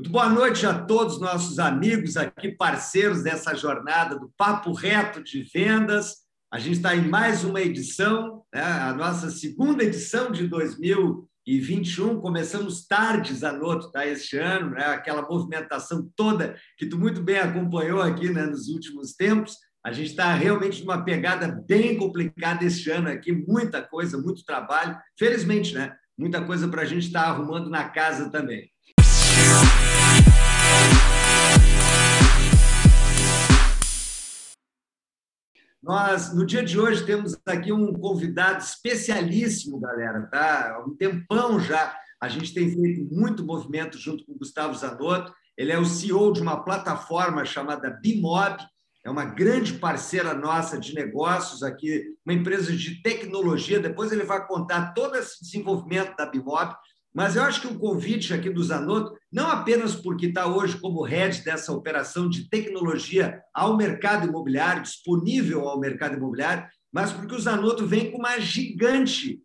Muito boa noite a todos nossos amigos aqui, parceiros dessa jornada do Papo Reto de Vendas. A gente está em mais uma edição, né? A nossa segunda edição de 2021. Começamos tarde, Zanotto, tá? Este ano, né? Aquela movimentação toda que tu muito bem acompanhou aqui, né? Nos últimos tempos. A gente está realmente numa pegada bem complicada este ano aqui, muita coisa, muito trabalho. Felizmente, né? Muita coisa para a gente estar arrumando na casa também. Nós, no dia de hoje, temos aqui um convidado especialíssimo, galera, tá? Há um tempão já a gente tem feito muito movimento junto com o Gustavo Zanotto. Ele é o CEO de uma plataforma chamada Bimob, é uma grande parceira nossa de negócios aqui, uma empresa de tecnologia. Depois ele vai contar todo esse desenvolvimento da Bimob. Mas eu acho que o convite aqui do Zanotto, não apenas porque está hoje como head dessa operação de tecnologia ao mercado imobiliário, disponível ao mercado imobiliário, mas porque o Zanotto vem com uma gigante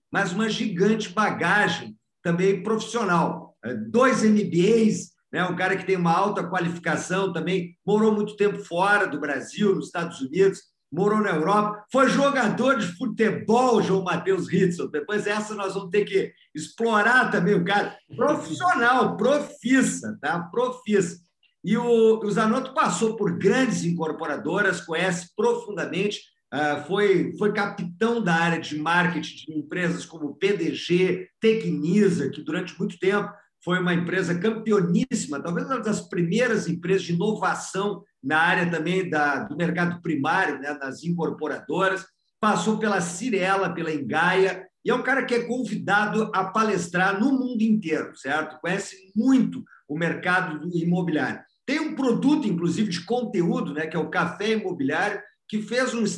bagagem também profissional. 2 MBAs, né? Um cara que tem uma alta qualificação também, morou muito tempo fora do Brasil, nos Estados Unidos, morou na Europa, foi jogador de futebol, João Matheus Ritzel. Depois essa nós vamos ter que explorar também o cara. Profissional, profissa, tá? Profissa. E o Zanotto passou por grandes incorporadoras, conhece profundamente, foi capitão da área de marketing de empresas como PDG, Tecnisa, que durante muito tempo foi uma empresa campeoníssima, talvez uma das primeiras empresas de inovação na área também do mercado primário, né, das incorporadoras. Passou pela Cirela, pela Engaia, e é um cara que é convidado a palestrar no mundo inteiro, certo? Conhece muito o mercado imobiliário. Tem um produto, inclusive, de conteúdo, né, que é o Café Imobiliário, que faz um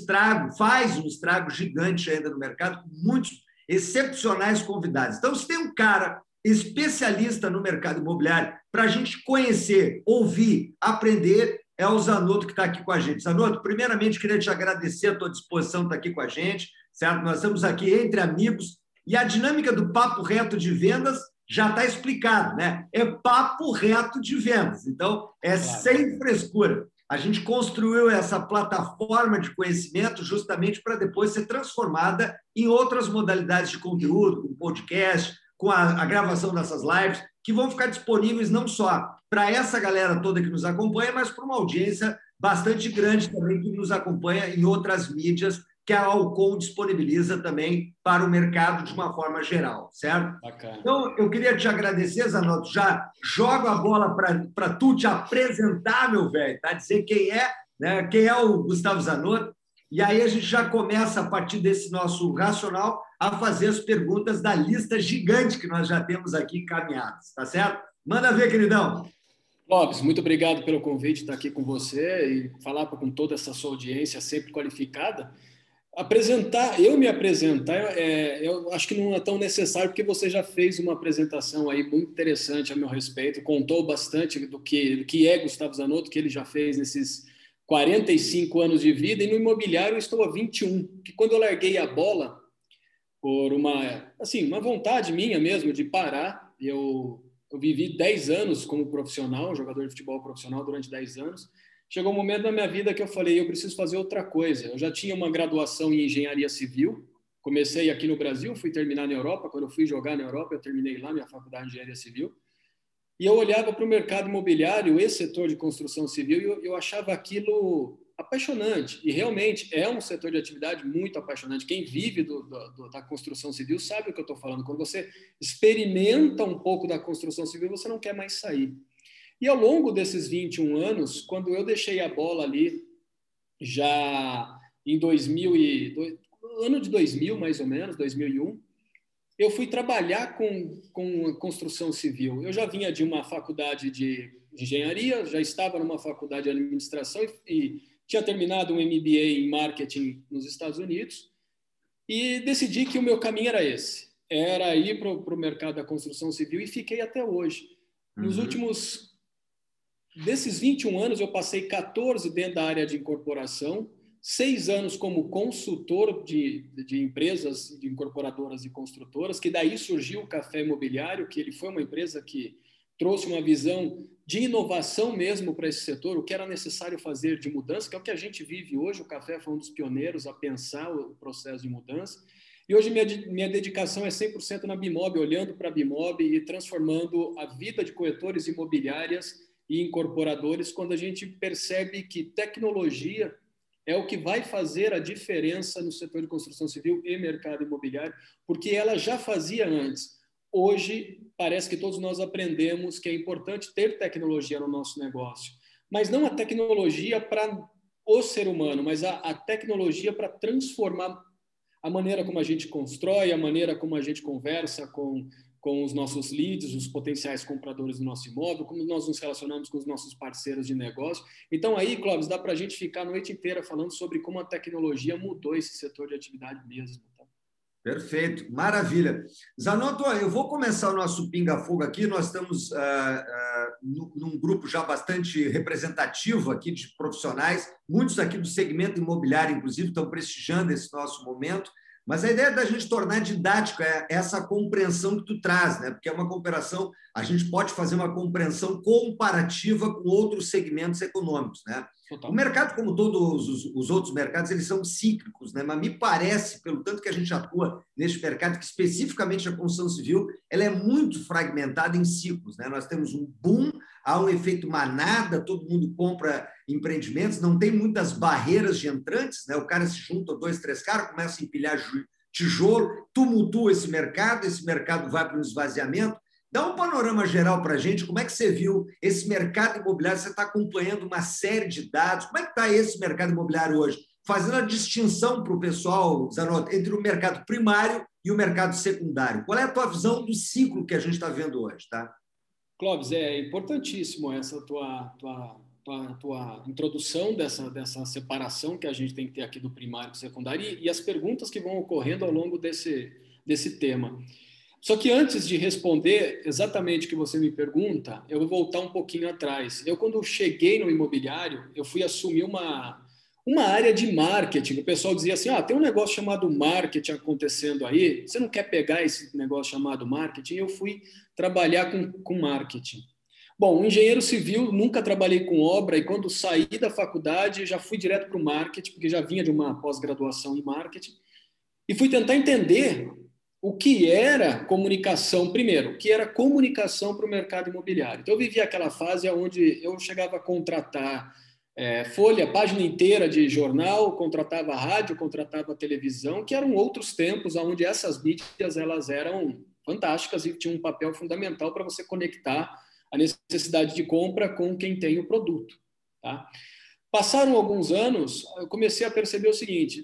estrago gigante ainda no mercado, com muitos excepcionais convidados. Então, se tem um cara especialista no mercado imobiliário para a gente conhecer, ouvir, aprender, é o Zanotto que está aqui com a gente. Zanotto, primeiramente, queria te agradecer a tua disposição de estar aqui com a gente, certo? Nós estamos aqui entre amigos e a dinâmica do Papo Reto de Vendas já está explicado, né? É papo reto de vendas, então é claro, sem frescura. A gente construiu essa plataforma de conhecimento justamente para depois ser transformada em outras modalidades de conteúdo, como podcast, com a gravação dessas lives, que vão ficar disponíveis não só para essa galera toda que nos acompanha, mas para uma audiência bastante grande também que nos acompanha em outras mídias que a Alcon disponibiliza também para o mercado de uma forma geral, certo? Bacana. Então, eu queria te agradecer, Zanotto, já jogo a bola para tu te apresentar, meu velho, tá? Dizer quem é, né? Quem é o Gustavo Zanotto, e aí a gente já começa, a partir desse nosso racional, a fazer as perguntas da lista gigante que nós já temos aqui encaminhadas, tá certo? Manda ver, queridão. Clóvis, muito obrigado pelo convite de estar aqui com você e falar com toda essa sua audiência sempre qualificada. Me apresentar, eu acho que não é tão necessário, porque você já fez uma apresentação aí muito interessante a meu respeito, contou bastante do que é Gustavo Zanotto, que ele já fez nesses 45 anos de vida, e no imobiliário eu estou há 21, que quando eu larguei a bola, por uma vontade minha mesmo de parar, eu vivi 10 anos como profissional, jogador de futebol profissional durante 10 anos, chegou um momento na minha vida que eu falei, eu preciso fazer outra coisa. Eu já tinha uma graduação em engenharia civil, comecei aqui no Brasil, fui terminar na Europa, quando eu fui jogar na Europa, eu terminei lá minha faculdade de engenharia civil, e eu olhava para o mercado imobiliário, esse setor de construção civil, e eu achava aquilo apaixonante, e realmente é um setor de atividade muito apaixonante. Quem vive da construção civil sabe o que eu estou falando. Quando você experimenta um pouco da construção civil, você não quer mais sair. E ao longo desses 21 anos, quando eu deixei a bola ali, já em ano de 2000, mais ou menos, 2001, eu fui trabalhar com construção civil. Eu já vinha de uma faculdade de engenharia, já estava numa faculdade de administração e tinha terminado um MBA em marketing nos Estados Unidos e decidi que o meu caminho era esse. Era ir para o mercado da construção civil e fiquei até hoje. Desses 21 anos, eu passei 14 dentro da área de incorporação, 6 anos como consultor de empresas, de incorporadoras e construtoras, que daí surgiu o Café Imobiliário, que ele foi uma empresa que trouxe uma visão de inovação mesmo para esse setor, o que era necessário fazer de mudança, que é o que a gente vive hoje. O café foi um dos pioneiros a pensar o processo de mudança. E hoje minha dedicação é 100% na Bimob, olhando para a Bimob e transformando a vida de corretores imobiliárias e incorporadores, quando a gente percebe que tecnologia é o que vai fazer a diferença no setor de construção civil e mercado imobiliário, porque ela já fazia antes. Hoje, parece que todos nós aprendemos que é importante ter tecnologia no nosso negócio, mas não a tecnologia para o ser humano, mas a tecnologia para transformar a maneira como a gente constrói, a maneira como a gente conversa com os nossos leads, os potenciais compradores do nosso imóvel, como nós nos relacionamos com os nossos parceiros de negócio. Então, aí, Clóvis, dá para a gente ficar a noite inteira falando sobre como a tecnologia mudou esse setor de atividade mesmo. Tá? Perfeito, maravilha. Zanotto, eu vou começar o nosso pinga-fogo aqui. Nós estamos num grupo já bastante representativo aqui de profissionais, muitos aqui do segmento imobiliário, inclusive, estão prestigiando esse nosso momento. Mas a ideia é da gente tornar didático essa compreensão que tu traz, né? Porque é uma comparação, a gente pode fazer uma compreensão comparativa com outros segmentos econômicos, né? Total. O mercado, como todos os outros mercados, eles são cíclicos, né? Mas me parece, pelo tanto que a gente atua neste mercado, que especificamente a construção civil, ela é muito fragmentada em ciclos, né? Nós temos um boom, há um efeito manada, todo mundo compra empreendimentos, não tem muitas barreiras de entrantes, né? O cara se junta, 2, 3 caras, começa a empilhar tijolo, tumultua esse mercado vai para o esvaziamento. Dá um panorama geral para a gente, como é que você viu esse mercado imobiliário? Você está acompanhando uma série de dados, como é que está esse mercado imobiliário hoje? Fazendo a distinção para o pessoal, Zanotto, entre o mercado primário e o mercado secundário. Qual é a tua visão do ciclo que a gente está vendo hoje? Tá? Clóvis, é importantíssimo essa tua introdução dessa separação que a gente tem que ter aqui do primário e do secundário e as perguntas que vão ocorrendo ao longo desse tema. Só que antes de responder exatamente o que você me pergunta, eu vou voltar um pouquinho atrás. Eu, quando cheguei no imobiliário, eu fui assumir uma área de marketing. O pessoal dizia assim, tem um negócio chamado marketing acontecendo aí, você não quer pegar esse negócio chamado marketing? Eu fui trabalhar com marketing. Bom, engenheiro civil, nunca trabalhei com obra e quando saí da faculdade já fui direto para o marketing, porque já vinha de uma pós-graduação em marketing, e fui tentar entender o que era comunicação, primeiro, o que era comunicação para o mercado imobiliário. Então, eu vivia aquela fase onde eu chegava a contratar folha, página inteira de jornal, contratava rádio, contratava televisão, que eram outros tempos onde essas mídias elas eram fantásticas e tinham um papel fundamental para você conectar a necessidade de compra com quem tem o produto. Tá? Passaram alguns anos, eu comecei a perceber o seguinte,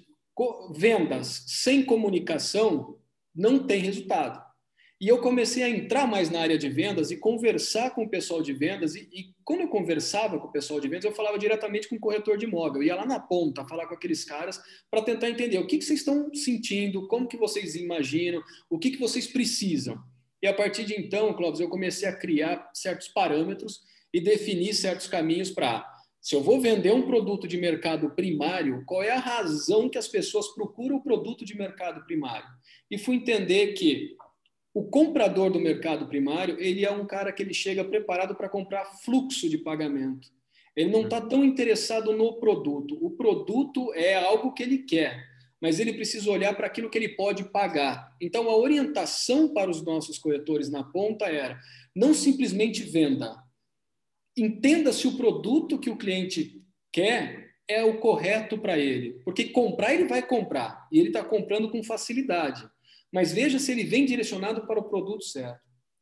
vendas sem comunicação não tem resultado. E eu comecei a entrar mais na área de vendas e conversar com o pessoal de vendas. E quando eu conversava com o pessoal de vendas, eu falava diretamente com o corretor de imóvel. Eu ia lá na ponta falar com aqueles caras para tentar entender o que vocês estão sentindo, como que vocês imaginam, o que vocês precisam. E a partir de então, Clóvis, eu comecei a criar certos parâmetros e definir certos caminhos para, se eu vou vender um produto de mercado primário, qual é a razão que as pessoas procuram o produto de mercado primário? E fui entender que o comprador do mercado primário, ele é um cara que ele chega preparado para comprar fluxo de pagamento. Ele não está tão interessado no produto. O produto é algo que ele quer, mas ele precisa olhar para aquilo que ele pode pagar. Então, a orientação para os nossos corretores na ponta era, não simplesmente venda. Entenda se o produto que o cliente quer é o correto para ele. Porque comprar, ele vai comprar. E ele está comprando com facilidade. Mas veja se ele vem direcionado para o produto certo.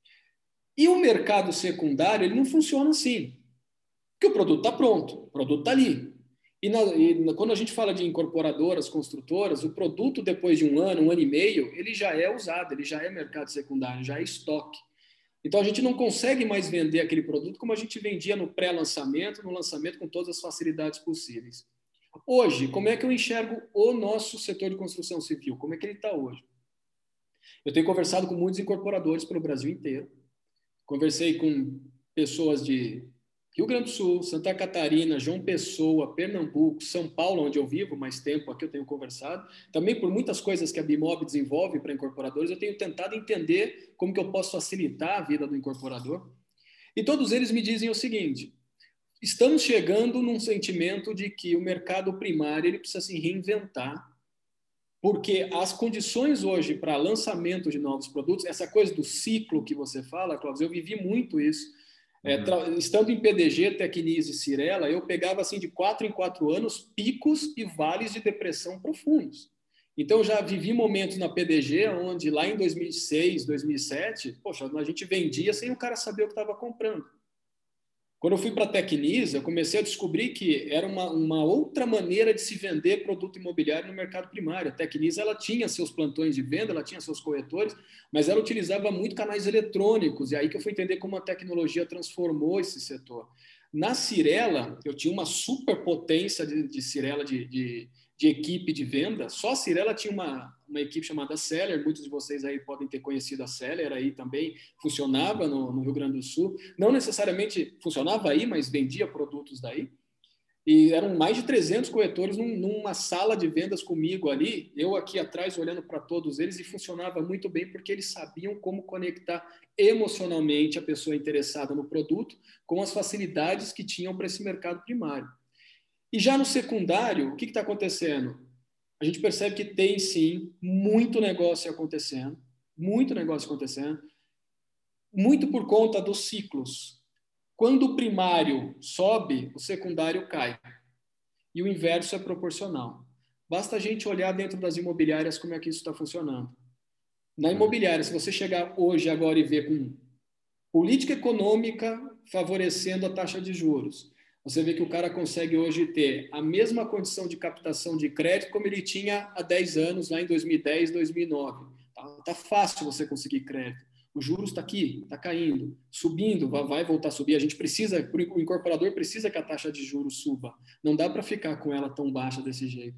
E o mercado secundário, ele não funciona assim. Porque o produto está pronto, o produto está ali. Quando a gente fala de incorporadoras, construtoras, o produto, depois de um ano e meio, ele já é usado, ele já é mercado secundário, já é estoque. Então, a gente não consegue mais vender aquele produto como a gente vendia no pré-lançamento, no lançamento, com todas as facilidades possíveis. Hoje, como é que eu enxergo o nosso setor de construção civil? Como é que ele está hoje? Eu tenho conversado com muitos incorporadores pelo Brasil inteiro. Conversei com pessoas de Rio Grande do Sul, Santa Catarina, João Pessoa, Pernambuco, São Paulo, onde eu vivo, mais tempo aqui eu tenho conversado. Também por muitas coisas que a Bimob desenvolve para incorporadores, eu tenho tentado entender como que eu posso facilitar a vida do incorporador. E todos eles me dizem o seguinte: estamos chegando num sentimento de que o mercado primário ele precisa se reinventar, porque as condições hoje para lançamento de novos produtos, essa coisa do ciclo que você fala, Cláudio, eu vivi muito isso. Estando em PDG, Tecnisa e Cyrela, eu pegava assim de 4 em 4 anos picos e vales de depressão profundos. Então, eu já vivi momentos na PDG onde lá em 2006, 2007, poxa, a gente vendia sem o cara saber o que estava comprando. Quando eu fui para a Tecnisa, eu comecei a descobrir que era uma outra maneira de se vender produto imobiliário no mercado primário. A Tecnisa ela tinha seus plantões de venda, ela tinha seus corretores, mas ela utilizava muito canais eletrônicos, e aí que eu fui entender como a tecnologia transformou esse setor. Na Cyrela, eu tinha uma superpotência de Cyrela de equipe de venda. Só a Cyrela tinha uma equipe chamada Seller, muitos de vocês aí podem ter conhecido a Seller, aí também funcionava no Rio Grande do Sul. Não necessariamente funcionava aí, mas vendia produtos daí. E eram mais de 300 corretores numa sala de vendas comigo ali, eu aqui atrás olhando para todos eles, e funcionava muito bem porque eles sabiam como conectar emocionalmente a pessoa interessada no produto com as facilidades que tinham para esse mercado primário. E já no secundário, o que está acontecendo? A gente percebe que tem, sim, muito negócio acontecendo, muito por conta dos ciclos. Quando o primário sobe, o secundário cai. E o inverso é proporcional. Basta a gente olhar dentro das imobiliárias como é que isso está funcionando. Na imobiliária, se você chegar hoje, agora, e ver com política econômica favorecendo a taxa de juros, você vê que o cara consegue hoje ter a mesma condição de captação de crédito como ele tinha há 10 anos, lá em 2010, 2009. Tá fácil você conseguir crédito. O juros está aqui, está caindo, subindo, vai voltar a subir. A gente precisa, o incorporador precisa que a taxa de juros suba. Não dá para ficar com ela tão baixa desse jeito.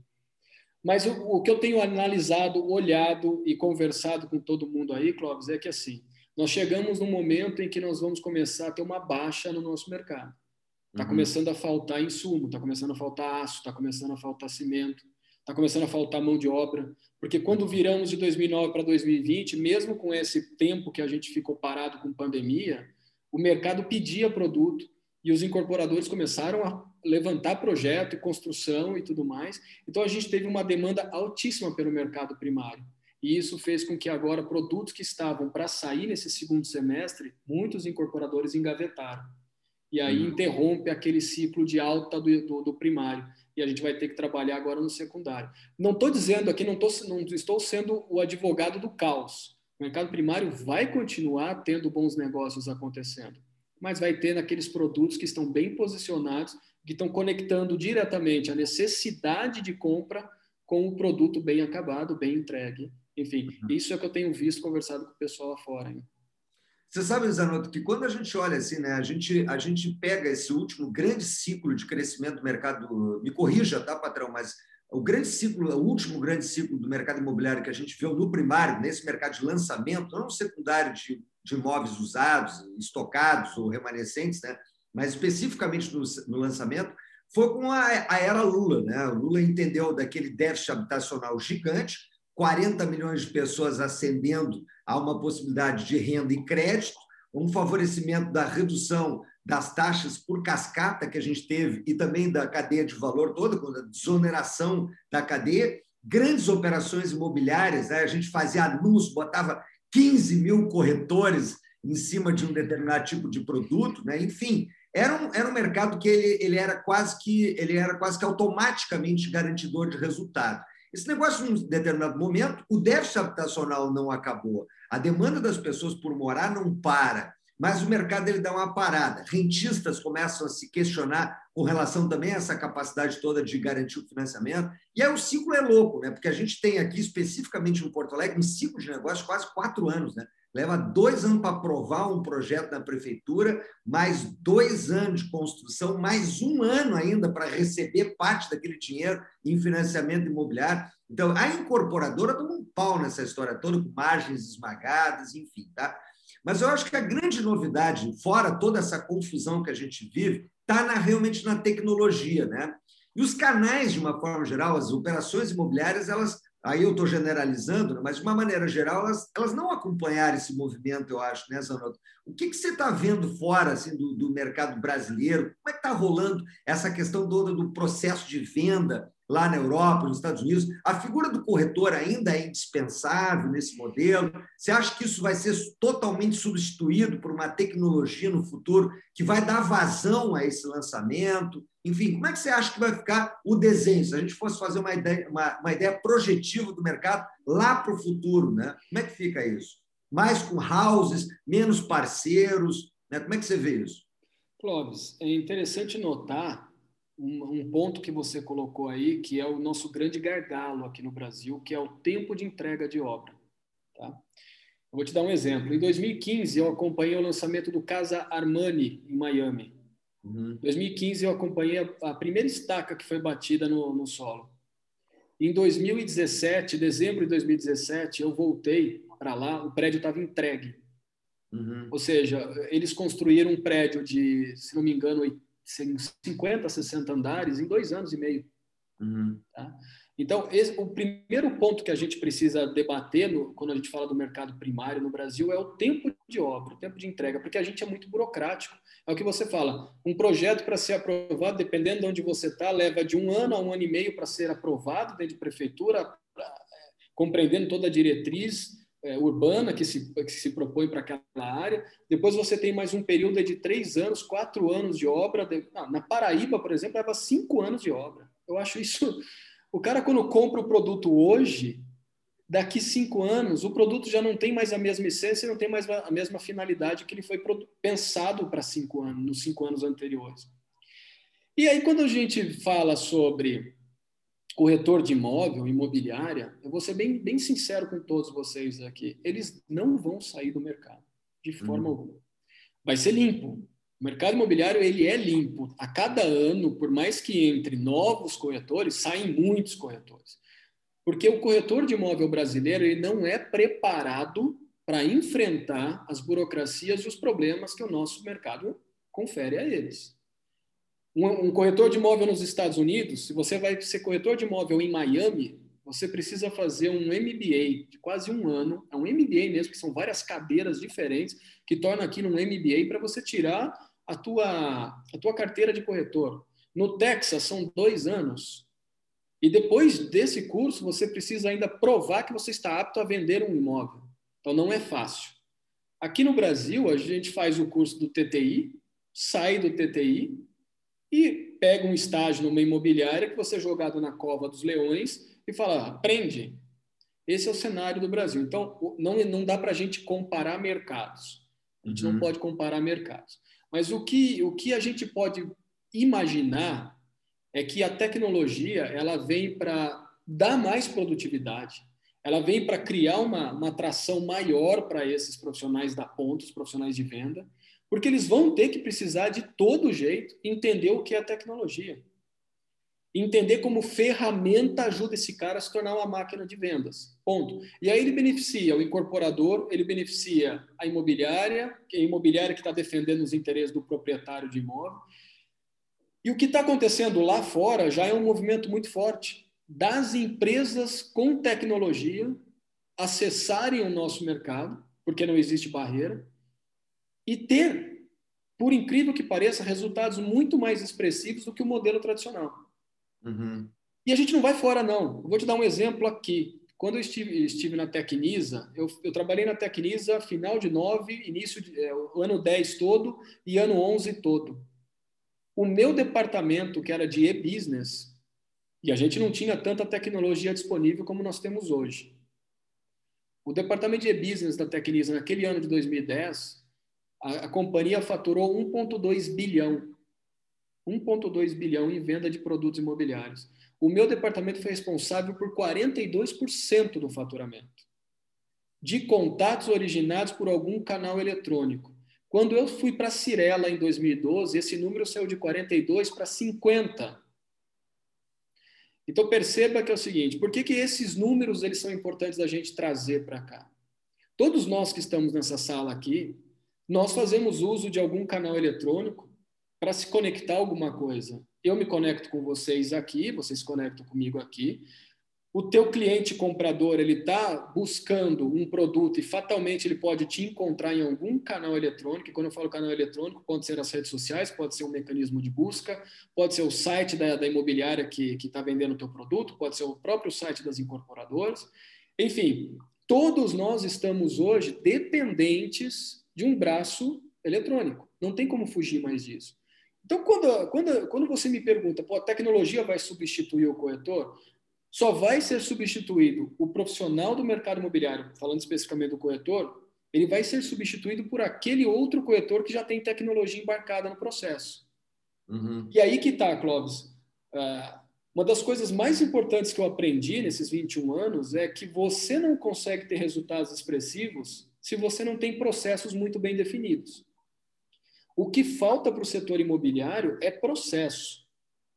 Mas o que eu tenho analisado, olhado e conversado com todo mundo aí, Clóvis, é que assim, nós chegamos num momento em que nós vamos começar a ter uma baixa no nosso mercado. Está começando a faltar insumo, está começando a faltar aço, está começando a faltar cimento, está começando a faltar mão de obra. Porque quando viramos de 2009 para 2020, mesmo com esse tempo que a gente ficou parado com pandemia, o mercado pedia produto e os incorporadores começaram a levantar projeto e construção e tudo mais. Então, a gente teve uma demanda altíssima pelo mercado primário. E isso fez com que agora produtos que estavam para sair nesse segundo semestre, muitos incorporadores engavetaram. E aí interrompe aquele ciclo de alta do primário. E a gente vai ter que trabalhar agora no secundário. Não estou dizendo aqui, não estou sendo o advogado do caos. O mercado primário vai continuar tendo bons negócios acontecendo, mas vai ter naqueles produtos que estão bem posicionados, que estão conectando diretamente a necessidade de compra com o produto bem acabado, bem entregue. Enfim, isso é o que eu tenho visto, conversado com o pessoal lá fora, hein? Você sabe, Zanotto, que quando a gente olha assim, né, a gente pega esse último grande ciclo de crescimento do mercado, me corrija, tá, patrão, mas o último grande ciclo do mercado imobiliário que a gente viu no primário, nesse mercado de lançamento, não no secundário de imóveis usados, estocados ou remanescentes, né, mas especificamente no lançamento, foi com a era Lula, né? O Lula entendeu daquele déficit habitacional gigante, 40 milhões de pessoas ascendendo a uma possibilidade de renda e crédito, um favorecimento da redução das taxas por cascata que a gente teve e também da cadeia de valor toda, com a desoneração da cadeia, grandes operações imobiliárias, né? A gente fazia anúncio, botava 15 mil corretores em cima de um determinado tipo de produto, né? Enfim, era um mercado que ele era quase que automaticamente garantidor de resultado. Esse negócio, num determinado momento, o déficit habitacional não acabou. A demanda das pessoas por morar não para, mas o mercado ele dá uma parada. Rentistas começam a se questionar com relação também a essa capacidade toda de garantir o financiamento. E aí o ciclo é louco, né? Porque a gente tem aqui, especificamente no Porto Alegre, um ciclo de negócio quase 4 anos, né? Leva 2 anos para aprovar um projeto na prefeitura, mais 2 anos de construção, mais 1 ano ainda para receber parte daquele dinheiro em financiamento imobiliário. Então, a incorporadora toma um pau nessa história toda, com margens esmagadas, enfim. Tá? Mas eu acho que a grande novidade, fora toda essa confusão que a gente vive, está realmente na tecnologia, né? E os canais, de uma forma geral, as operações imobiliárias, elas aí eu estou generalizando, né, mas de uma maneira geral, elas não acompanharam esse movimento, eu acho, né, Zanotto? O que você está vendo fora assim, do mercado brasileiro? Como é que está rolando essa questão toda do processo de venda lá na Europa, nos Estados Unidos? A figura do corretor ainda é indispensável nesse modelo? Você acha que isso vai ser totalmente substituído por uma tecnologia no futuro que vai dar vazão a esse lançamento? Enfim, como é que você acha que vai ficar o desenho? Se a gente fosse fazer uma ideia projetiva do mercado lá para o futuro, né? Como é que fica isso? Mais com houses, menos parceiros, né? Como é que você vê isso? Clóvis, é interessante notar um ponto que você colocou aí, que é o nosso grande gargalo aqui no Brasil, que é o tempo de entrega de obra. Tá? Eu vou te dar um exemplo. Em 2015, eu acompanhei o lançamento do Casa Armani, em Miami. Em 2015, eu acompanhei a primeira estaca que foi batida no solo. Em 2017, dezembro de 2017, eu voltei para lá, o prédio estava entregue. Ou seja, eles construíram um prédio de, se não me engano, 50, 60 andares em 2 anos e meio. Tá? Então, o primeiro ponto que a gente precisa debater quando a gente fala do mercado primário no Brasil é o tempo de obra, o tempo de entrega, porque a gente é muito burocrático. É o que você fala, um projeto para ser aprovado, dependendo de onde você está, leva de 1 ano a 1 ano e meio para ser aprovado dentro de prefeitura, compreendendo toda a diretriz urbana que se propõe para aquela área. Depois você tem mais um período de 3 anos, 4 anos de obra. Na Paraíba, por exemplo, leva 5 anos de obra. Eu acho isso... O cara, quando compra o produto hoje, daqui 5 anos, o produto já não tem mais a mesma essência, não tem mais a mesma finalidade que ele foi pensado para 5 anos, nos 5 anos anteriores. E aí, quando a gente fala sobre corretor de imóvel, imobiliária, eu vou ser bem sincero com todos vocês aqui, eles não vão sair do mercado, de forma alguma. Vai ser limpo. O mercado imobiliário ele é limpo. A cada ano, por mais que entre novos corretores, saem muitos corretores. Porque o corretor de imóvel brasileiro ele não é preparado para enfrentar as burocracias e os problemas que o nosso mercado confere a eles. Um corretor de imóvel nos Estados Unidos, se você vai ser corretor de imóvel em Miami, você precisa fazer um MBA de quase 1 ano. É um MBA mesmo, que são várias cadeiras diferentes, que torna aquilo um MBA para você tirar a tua carteira de corretor. No Texas, são 2 anos. E depois desse curso, você precisa ainda provar que você está apto a vender um imóvel. Então, não é fácil. Aqui no Brasil, a gente faz o curso do TTI, sai do TTI e pega um estágio numa imobiliária que você é jogado na cova dos leões e fala, aprende. Esse é o cenário do Brasil. Então, não dá para a gente comparar mercados. A gente não pode comparar mercados. Mas o que a gente pode imaginar é que a tecnologia ela vem para dar mais produtividade, ela vem para criar uma atração maior para esses profissionais da ponta, os profissionais de venda, porque eles vão ter que precisar de todo jeito entender o que é a tecnologia. Entender como ferramenta ajuda esse cara a se tornar uma máquina de vendas. Ponto. E aí ele beneficia o incorporador, ele beneficia a imobiliária que está defendendo os interesses do proprietário de imóvel. E o que está acontecendo lá fora já é um movimento muito forte das empresas com tecnologia acessarem o nosso mercado, porque não existe barreira, e ter, por incrível que pareça, resultados muito mais expressivos do que o modelo tradicional. E a gente não vai fora, não. Eu vou te dar um exemplo aqui. Quando eu estive na Tecnisa, eu trabalhei na Tecnisa final de 9, início o ano 10 todo e ano 11 todo. O meu departamento, que era de e-business, e a gente não tinha tanta tecnologia disponível como nós temos hoje. O departamento de e-business da Tecnisa, naquele ano de 2010, a companhia faturou 1,2 bilhão. 1,2 bilhão em venda de produtos imobiliários. O meu departamento foi responsável por 42% do faturamento. De contatos originados por algum canal eletrônico. Quando eu fui para a Cyrela em 2012, esse número saiu de 42 para 50. Então perceba que é o seguinte, por que esses números eles são importantes da gente trazer para cá? Todos nós que estamos nessa sala aqui, nós fazemos uso de algum canal eletrônico para se conectar a alguma coisa. Eu me conecto com vocês aqui, vocês se conectam comigo aqui. o teu cliente comprador ele está buscando um produto e fatalmente ele pode te encontrar em algum canal eletrônico. E quando eu falo canal eletrônico, pode ser as redes sociais, pode ser um mecanismo de busca, pode ser o site da imobiliária que está vendendo o teu produto, pode ser o próprio site das incorporadoras. Enfim, todos nós estamos hoje dependentes de um braço eletrônico. Não tem como fugir mais disso. Então, quando você me pergunta, pô, a tecnologia vai substituir o corretor? Só vai ser substituído o profissional do mercado imobiliário, falando especificamente do corretor, ele vai ser substituído por aquele outro corretor que já tem tecnologia embarcada no processo. Uhum. E aí que está, Clóvis. Uma das coisas mais importantes que eu aprendi nesses 21 anos é que você não consegue ter resultados expressivos se você não tem processos muito bem definidos. O que falta para o setor imobiliário é processo.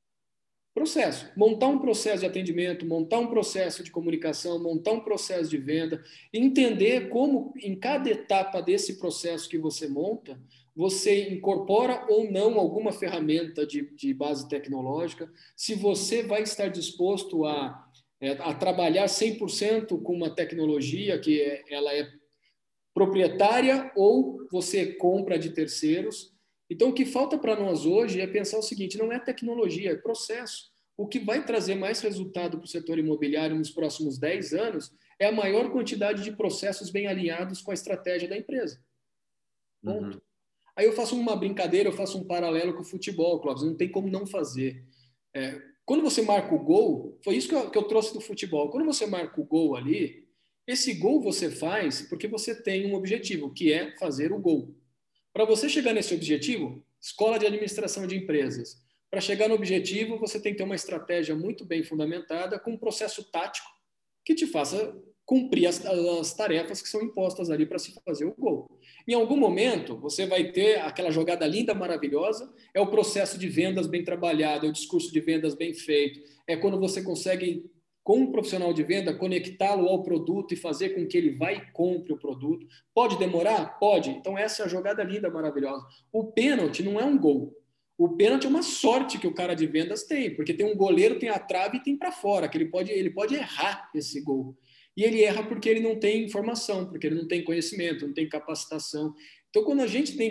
Processo. Montar um processo de atendimento, montar um processo de comunicação, montar um processo de venda, entender como, em cada etapa desse processo que você monta, você incorpora ou não alguma ferramenta de base tecnológica, se você vai estar disposto a trabalhar 100% com uma tecnologia que ela é proprietária ou você compra de terceiros. Então, o que falta para nós hoje é pensar o seguinte, não é tecnologia, é processo. O que vai trazer mais resultado para o setor imobiliário nos próximos 10 anos é a maior quantidade de processos bem alinhados com a estratégia da empresa. Ponto. Uhum. Aí eu faço uma brincadeira, eu faço um paralelo com o futebol, Clóvis, não tem como não fazer. Quando você marca o gol, foi isso que eu trouxe do futebol, quando você marca o gol ali, esse gol você faz porque você tem um objetivo, que é fazer o gol. Para você chegar nesse objetivo, escola de administração de empresas, para chegar no objetivo, você tem que ter uma estratégia muito bem fundamentada, com um processo tático que te faça cumprir as tarefas que são impostas ali para se fazer o gol. Em algum momento, você vai ter aquela jogada linda, maravilhosa, é o processo de vendas bem trabalhado, é o discurso de vendas bem feito, é quando você consegue, com um profissional de venda, conectá-lo ao produto e fazer com que ele vá e compre o produto. Pode demorar? Pode. Então, essa é a jogada linda, maravilhosa. O pênalti não é um gol. O pênalti é uma sorte que o cara de vendas tem, porque tem um goleiro, tem a trave e tem para fora, que ele pode errar esse gol. E ele erra porque ele não tem informação, porque ele não tem conhecimento, não tem capacitação. Então, quando a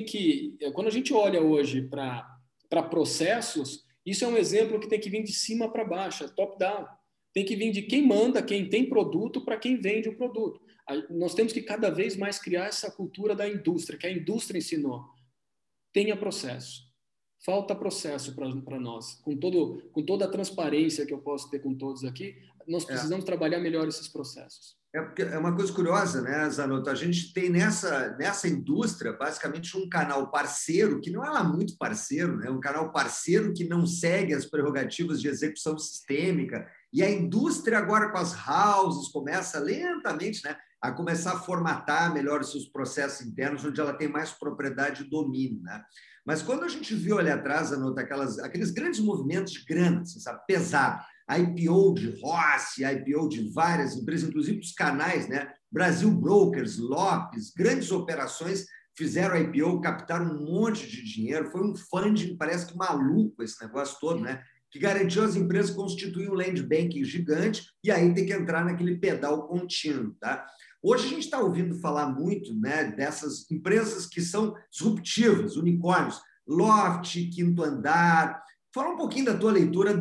gente olha hoje para processos, isso é um exemplo que tem que vir de cima para baixo, é top-down. Tem que vir de quem manda, quem tem produto, para quem vende o produto. Nós temos que cada vez mais criar essa cultura da indústria, que a indústria ensinou. Tenha processo. Falta processo para nós. Com toda a transparência que eu posso ter com todos aqui, nós precisamos trabalhar melhor esses processos. É uma coisa curiosa, né, Zanotto? A gente tem nessa indústria, basicamente, um canal parceiro, que não é lá muito parceiro, né? Um canal parceiro que não segue as prerrogativas de execução sistêmica. E a indústria, agora com as houses, começa lentamente, né, a começar a formatar melhor os seus processos internos, onde ela tem mais propriedade e domínio. Né? Mas quando a gente viu ali atrás, Zanotto, aqueles grandes movimentos de grana, assim, sabe, pesado, IPO de Rossi, IPO de várias empresas, inclusive dos canais, né? Brasil Brokers, Lopes, grandes operações fizeram IPO, captaram um monte de dinheiro, foi um funding, parece que maluco esse negócio todo, né? Que garantiu às empresas constituir um land banking gigante e aí tem que entrar naquele pedal contínuo, tá? Hoje a gente está ouvindo falar muito, né, dessas empresas que são disruptivas, unicórnios, Loft, Quinto Andar. Fala um pouquinho da tua leitura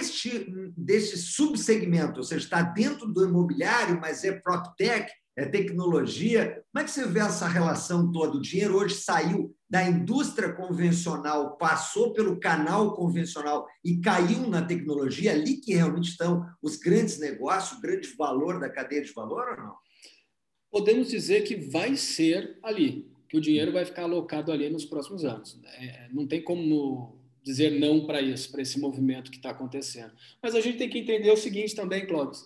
deste subsegmento, ou seja, está dentro do imobiliário, mas é PropTech, é tecnologia. Como é que você vê essa relação toda? O dinheiro hoje saiu da indústria convencional, passou pelo canal convencional e caiu na tecnologia, ali que realmente estão os grandes negócios, o grande valor da cadeia de valor ou não? Podemos dizer que vai ser ali, que o dinheiro vai ficar alocado ali nos próximos anos. Não tem como dizer não para isso, para esse movimento que está acontecendo. Mas a gente tem que entender o seguinte também, Clóvis.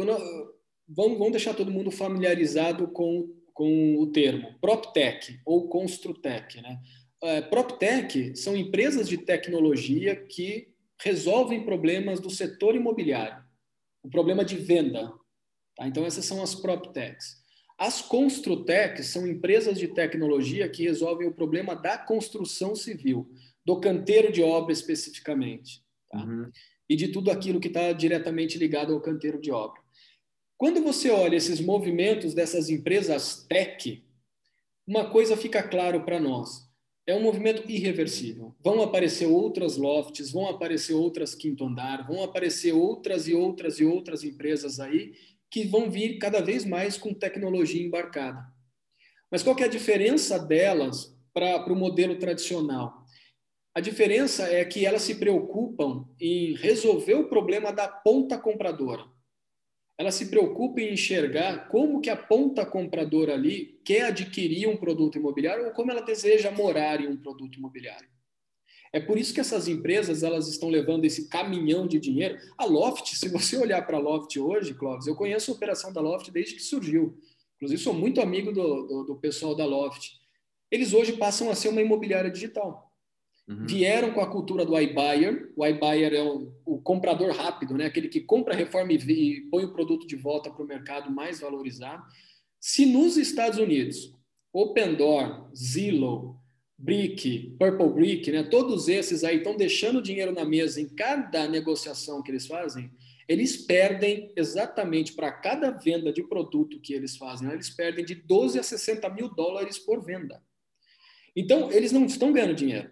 Vamos deixar todo mundo familiarizado com o termo PropTech ou Construtech. Né? PropTech são empresas de tecnologia que resolvem problemas do setor imobiliário, o problema de venda. Tá? Então, essas são as PropTechs. As Construtechs são empresas de tecnologia que resolvem o problema da construção civil, do canteiro de obra especificamente. Tá? Uhum. e de tudo aquilo que está diretamente ligado ao canteiro de obra. Quando você olha esses movimentos dessas empresas tech, uma coisa fica claro para nós. É um movimento irreversível. Vão aparecer outras lofts, vão aparecer outras quinto andar, vão aparecer outras e outras e outras empresas aí que vão vir cada vez mais com tecnologia embarcada. Mas qual que é a diferença delas para o modelo tradicional? A diferença é que elas se preocupam em resolver o problema da ponta compradora. Ela se preocupa em enxergar como que a ponta compradora ali quer adquirir um produto imobiliário ou como ela deseja morar em um produto imobiliário. É por isso que essas empresas elas estão levando esse caminhão de dinheiro. A Loft, se você olhar para a Loft hoje, Clóvis, eu conheço a operação da Loft desde que surgiu. Inclusive, sou muito amigo do pessoal da Loft. Eles hoje passam a ser uma imobiliária digital. Vieram com a cultura do iBuyer. O iBuyer é o comprador rápido, né? Aquele que compra, reforma e põe o produto de volta para o mercado mais valorizado. Se nos Estados Unidos, Opendoor, Zillow, Brick, Purple Brick, né? Todos esses aí estão deixando dinheiro na mesa em cada negociação que eles fazem, eles perdem exatamente para cada venda de produto que eles fazem, né? Eles perdem de 12 a 60 mil dólares por venda. Então, eles não estão ganhando dinheiro.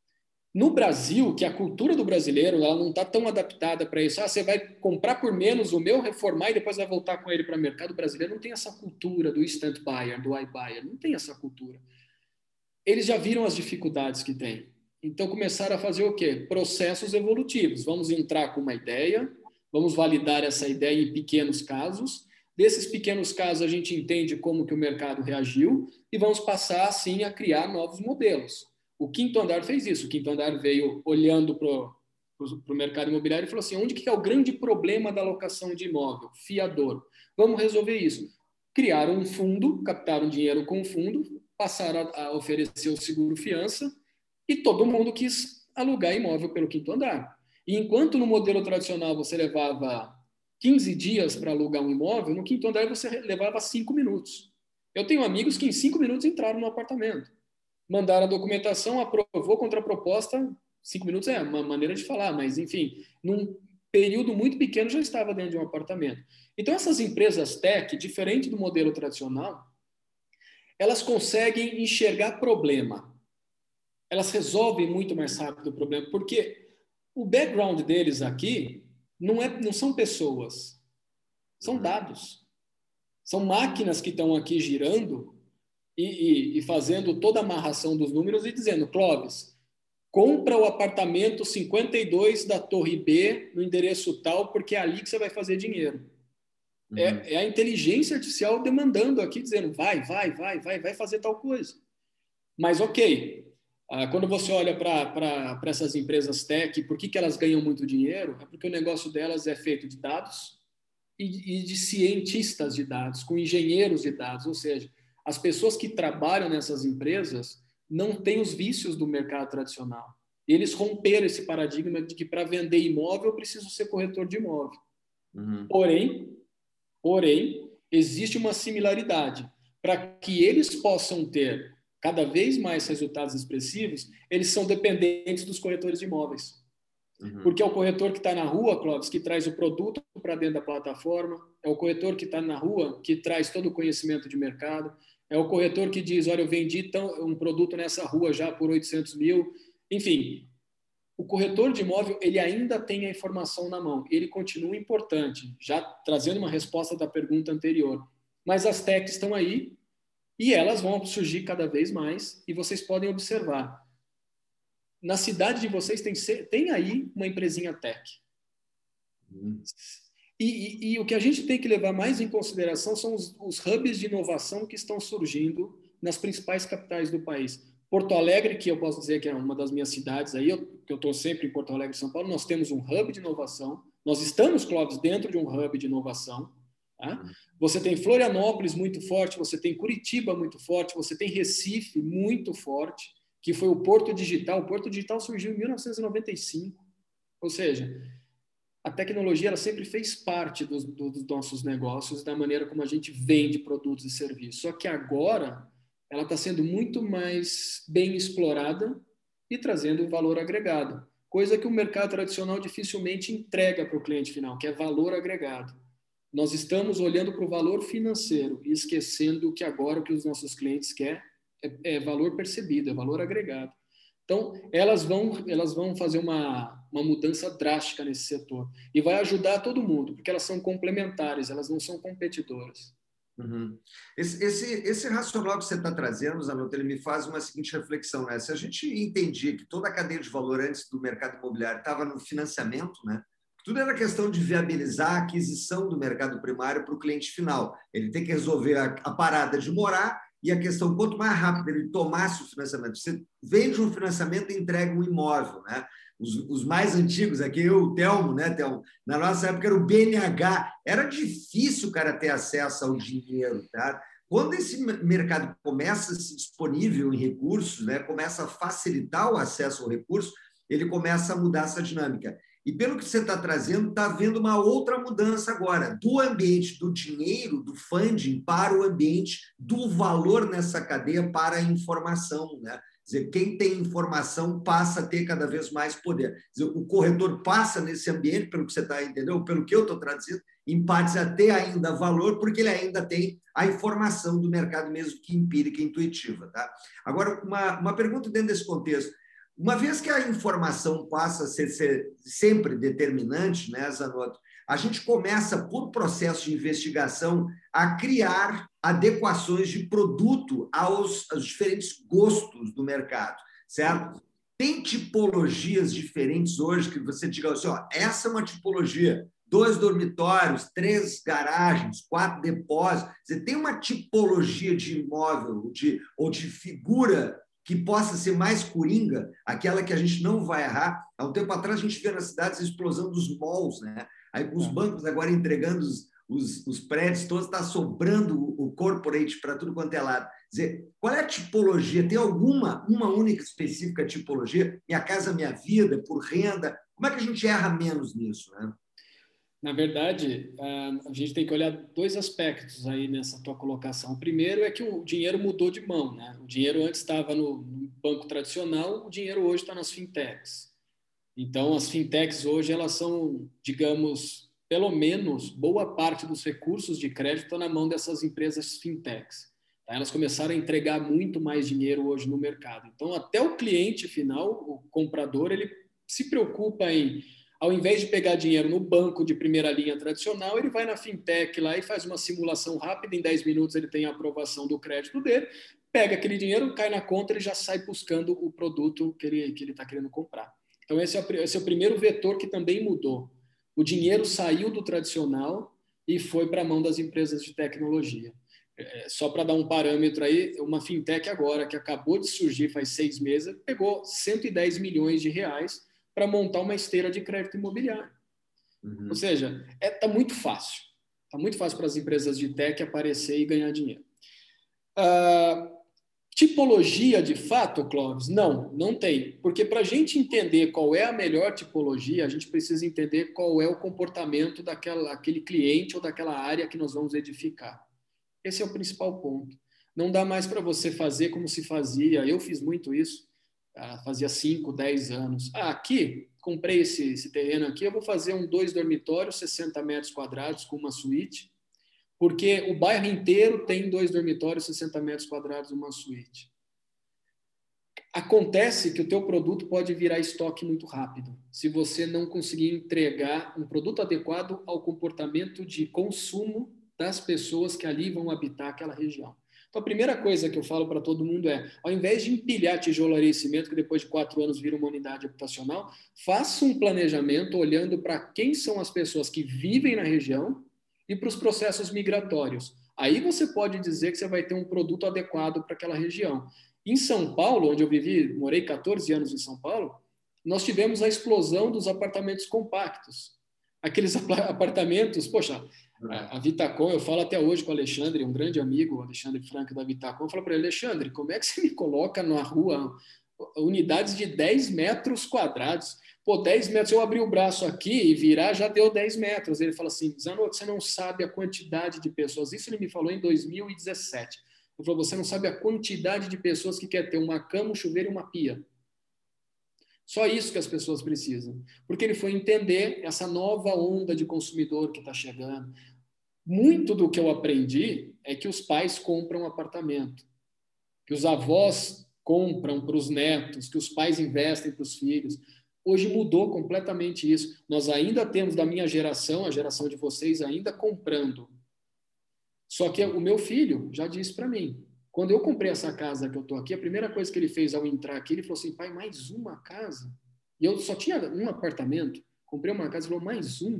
No Brasil, que a cultura do brasileiro ela não está tão adaptada para isso. Você vai comprar por menos o meu, reformar e depois vai voltar com ele para o mercado. O brasileiro não tem essa cultura do instant buyer, do iBuyer. Não tem essa cultura. Eles já viram as dificuldades que tem. Então, começaram a fazer o quê? Processos evolutivos. Vamos entrar com uma ideia, vamos validar essa ideia em pequenos casos. Desses pequenos casos, a gente entende como que o mercado reagiu e vamos passar, assim, a criar novos modelos. O Quinto Andar fez isso. O Quinto Andar veio olhando para o mercado imobiliário e falou assim, onde que é o grande problema da locação de imóvel? Fiador. Vamos resolver isso. Criaram um fundo, captaram dinheiro com o fundo, passaram a oferecer o seguro-fiança e todo mundo quis alugar imóvel pelo Quinto Andar. E enquanto no modelo tradicional você levava 15 dias para alugar um imóvel, no Quinto Andar você levava 5 minutos. Eu tenho amigos que em 5 minutos entraram no apartamento. Mandaram a documentação, aprovou contraproposta, 5 minutos é uma maneira de falar, mas enfim, num período muito pequeno já estava dentro de um apartamento. Então essas empresas tech, diferente do modelo tradicional, elas conseguem enxergar problema. Elas resolvem muito mais rápido o problema, porque o background deles aqui não são pessoas, são dados. São máquinas que estão aqui girando e fazendo toda a amarração dos números e dizendo, Clóvis, compra o apartamento 52 da Torre B no endereço tal, porque é ali que você vai fazer dinheiro. É a inteligência artificial demandando aqui, dizendo, vai fazer tal coisa. Mas, ok, quando você olha para essas empresas tech, por que elas ganham muito dinheiro? É porque o negócio delas é feito de dados e de cientistas de dados, com engenheiros de dados, ou seja, as pessoas que trabalham nessas empresas não têm os vícios do mercado tradicional. Eles romperam esse paradigma de que para vender imóvel eu preciso ser corretor de imóvel. Porém, existe uma similaridade. Para que eles possam ter cada vez mais resultados expressivos, eles são dependentes dos corretores de imóveis. Porque é o corretor que está na rua, Clóvis, que traz o produto para dentro da plataforma, é o corretor que está na rua que traz todo o conhecimento de mercado, é o corretor que diz, olha, eu vendi um produto nessa rua já por 800 mil. Enfim, o corretor de imóvel ele ainda tem a informação na mão, ele continua importante, já trazendo uma resposta da pergunta anterior. Mas as techs estão aí e elas vão surgir cada vez mais e vocês podem observar. Na cidade de vocês tem aí uma empresinha tech. E o que a gente tem que levar mais em consideração são os hubs de inovação que estão surgindo nas principais capitais do país. Porto Alegre, que eu posso dizer que é uma das minhas cidades, aí que eu estou sempre em Porto Alegre, São Paulo, nós temos um hub de inovação. Nós estamos, Clóvis, dentro de um hub de inovação. Tá? Você tem Florianópolis muito forte, você tem Curitiba muito forte, você tem Recife muito forte, que foi o Porto Digital. O Porto Digital surgiu em 1995. Ou seja, a tecnologia ela sempre fez parte dos nossos negócios, da maneira como a gente vende produtos e serviços. Só que agora ela está sendo muito mais bem explorada e trazendo valor agregado. coisa que o mercado tradicional dificilmente entrega para o cliente final, que é valor agregado. Nós estamos olhando para o valor financeiro e esquecendo que agora o que os nossos clientes querem é valor percebido, é valor agregado. Então, elas vão fazer uma mudança drástica nesse setor e vai ajudar todo mundo, porque elas são complementares, elas não são competidoras. Uhum. Esse racional que você está trazendo, Zanotto, ele me faz uma seguinte reflexão, né? Se a gente entendia que toda a cadeia de valor antes do mercado imobiliário estava no financiamento, né? Tudo era questão de viabilizar a aquisição do mercado primário para o cliente final. Ele tem que resolver a parada de morar e a questão, quanto mais rápido ele tomasse o financiamento, você vende um financiamento e entrega um imóvel, né? Os mais antigos, aqui o Telmo, né, Telmo? Na nossa época era o BNH, era difícil o cara ter acesso ao dinheiro, tá? Quando esse mercado começa a ser disponível em recursos, né, começa a facilitar o acesso ao recurso, ele começa a mudar essa dinâmica. E pelo que você está trazendo, está havendo uma outra mudança agora, do ambiente do dinheiro, do funding, para o ambiente do valor nessa cadeia para a informação, né? Quer dizer, quem tem informação passa a ter cada vez mais poder. Quer dizer, o corretor passa nesse ambiente, pelo que você está entendendo, pelo que eu estou traduzindo, em partes a ter ainda valor, porque ele ainda tem a informação do mercado, mesmo que empírica e intuitiva. Tá? Agora, uma pergunta dentro desse contexto. Uma vez que a informação passa a ser sempre determinante, né, Zanotto, a gente começa, por processo de investigação, a criar adequações de produto aos diferentes gostos do mercado, certo? Tem tipologias diferentes hoje que você diga assim, ó, essa é uma tipologia, 2 dormitórios, 3 garagens, 4 depósitos. Você tem uma tipologia de imóvel ou de figura que possa ser mais coringa, aquela que a gente não vai errar. Há um tempo atrás, a gente vê nas cidades a explosão dos malls, né? Aí, com os bancos agora entregando os prédios todos, está sobrando o corporate para tudo quanto é lado. Quer dizer, qual é a tipologia? Tem uma única específica tipologia? Minha casa, minha vida, por renda? Como é que a gente erra menos nisso, né? Na verdade, a gente tem que olhar 2 aspectos aí nessa tua colocação. O primeiro é que o dinheiro mudou de mão, né? O dinheiro antes estava no banco tradicional, o dinheiro hoje está nas fintechs. Então, as fintechs hoje, elas são, digamos, pelo menos boa parte dos recursos de crédito está na mão dessas empresas fintechs. Tá? Elas começaram a entregar muito mais dinheiro hoje no mercado. Então, até o cliente final, o comprador, ele se preocupa em, ao invés de pegar dinheiro no banco de primeira linha tradicional, ele vai na fintech lá e faz uma simulação rápida, em 10 minutos ele tem a aprovação do crédito dele, pega aquele dinheiro, cai na conta, ele já sai buscando o produto que ele está querendo comprar. Então, esse é o primeiro vetor que também mudou. O dinheiro saiu do tradicional e foi para a mão das empresas de tecnologia. Só para dar um parâmetro aí, uma fintech agora, que acabou de surgir faz 6 meses, pegou 110 milhões de reais para montar uma esteira de crédito imobiliário. Ou seja, está muito fácil. Está muito fácil para as empresas de tech aparecer e ganhar dinheiro. Tipologia, de fato, Clóvis? Não tem. Porque para a gente entender qual é a melhor tipologia, a gente precisa entender qual é o comportamento daquele cliente ou daquela área que nós vamos edificar. Esse é o principal ponto. Não dá mais para você fazer como se fazia. Eu fiz muito isso, fazia 5, 10 anos. Aqui, comprei esse terreno aqui, eu vou fazer 2 dormitórios, 60 metros quadrados com uma suíte, porque o bairro inteiro tem 2 dormitórios, 60 metros quadrados, uma suíte. Acontece que o teu produto pode virar estoque muito rápido, se você não conseguir entregar um produto adequado ao comportamento de consumo das pessoas que ali vão habitar aquela região. Então, a primeira coisa que eu falo para todo mundo é, ao invés de empilhar tijolaria e cimento, que depois de 4 anos vira uma unidade habitacional, faça um planejamento olhando para quem são as pessoas que vivem na região e para os processos migratórios. Aí você pode dizer que você vai ter um produto adequado para aquela região. Em São Paulo, onde eu vivi, morei 14 anos em São Paulo, nós tivemos a explosão dos apartamentos compactos. Aqueles apartamentos, poxa, a Vitacom, eu falo até hoje com o Alexandre, um grande amigo, o Alexandre Franco da Vitacom, eu falo para ele, Alexandre, como é que você me coloca na rua unidades de 10 metros quadrados? Pô, 10 metros, eu abrir o braço aqui e virar, já deu 10 metros. Ele fala assim, Zanotto, você não sabe a quantidade de pessoas. Isso ele me falou em 2017. Ele falou, você não sabe a quantidade de pessoas que quer ter uma cama, um chuveiro e uma pia. Só isso que as pessoas precisam. Porque ele foi entender essa nova onda de consumidor que está chegando. Muito do que eu aprendi é que os pais compram apartamento, que os avós compram para os netos, que os pais investem para os filhos. Hoje mudou completamente isso. Nós ainda temos, da minha geração, a geração de vocês, ainda comprando. Só que o meu filho já disse para mim, quando eu comprei essa casa que eu estou aqui, a primeira coisa que ele fez ao entrar aqui, ele falou assim, pai, mais uma casa? E eu só tinha um apartamento, comprei uma casa, ele falou, mais um?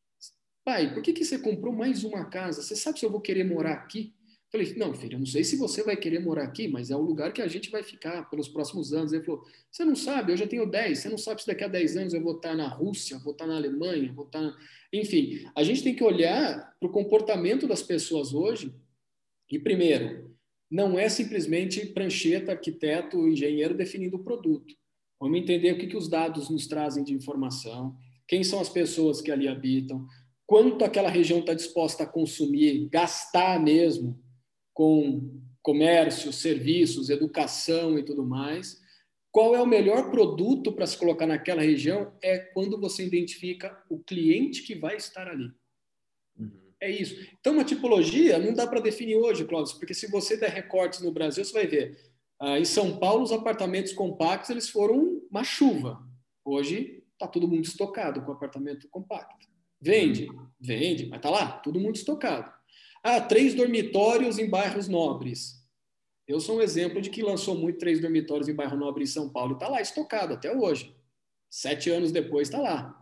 Pai, por que você comprou mais uma casa? Você sabe se eu vou querer morar aqui? Eu falei, não, filho, eu não sei se você vai querer morar aqui, mas é o lugar que a gente vai ficar pelos próximos anos. Ele falou, você não sabe, eu já tenho 10, você não sabe se daqui a 10 anos eu vou estar na Rússia, vou estar na Alemanha, vou estar... Enfim, a gente tem que olhar para o comportamento das pessoas hoje e, primeiro, não é simplesmente prancheta, arquiteto, engenheiro definindo o produto. Vamos entender o que os dados nos trazem de informação, quem são as pessoas que ali habitam, quanto aquela região está disposta a consumir, gastar mesmo com comércio, serviços, educação e tudo mais. Qual é o melhor produto para se colocar naquela região? É quando você identifica o cliente que vai estar ali. É isso. Então, uma tipologia não dá para definir hoje, Clóvis, porque se você der recortes no Brasil, você vai ver. Em São Paulo, os apartamentos compactos eles foram uma chuva. Hoje está todo mundo estocado com apartamento compacto. Vende, mas está lá, tudo muito estocado. 3 dormitórios em bairros nobres. Eu sou um exemplo de que lançou muito 3 dormitórios em bairro nobre em São Paulo e está lá estocado até hoje. 7 anos depois está lá.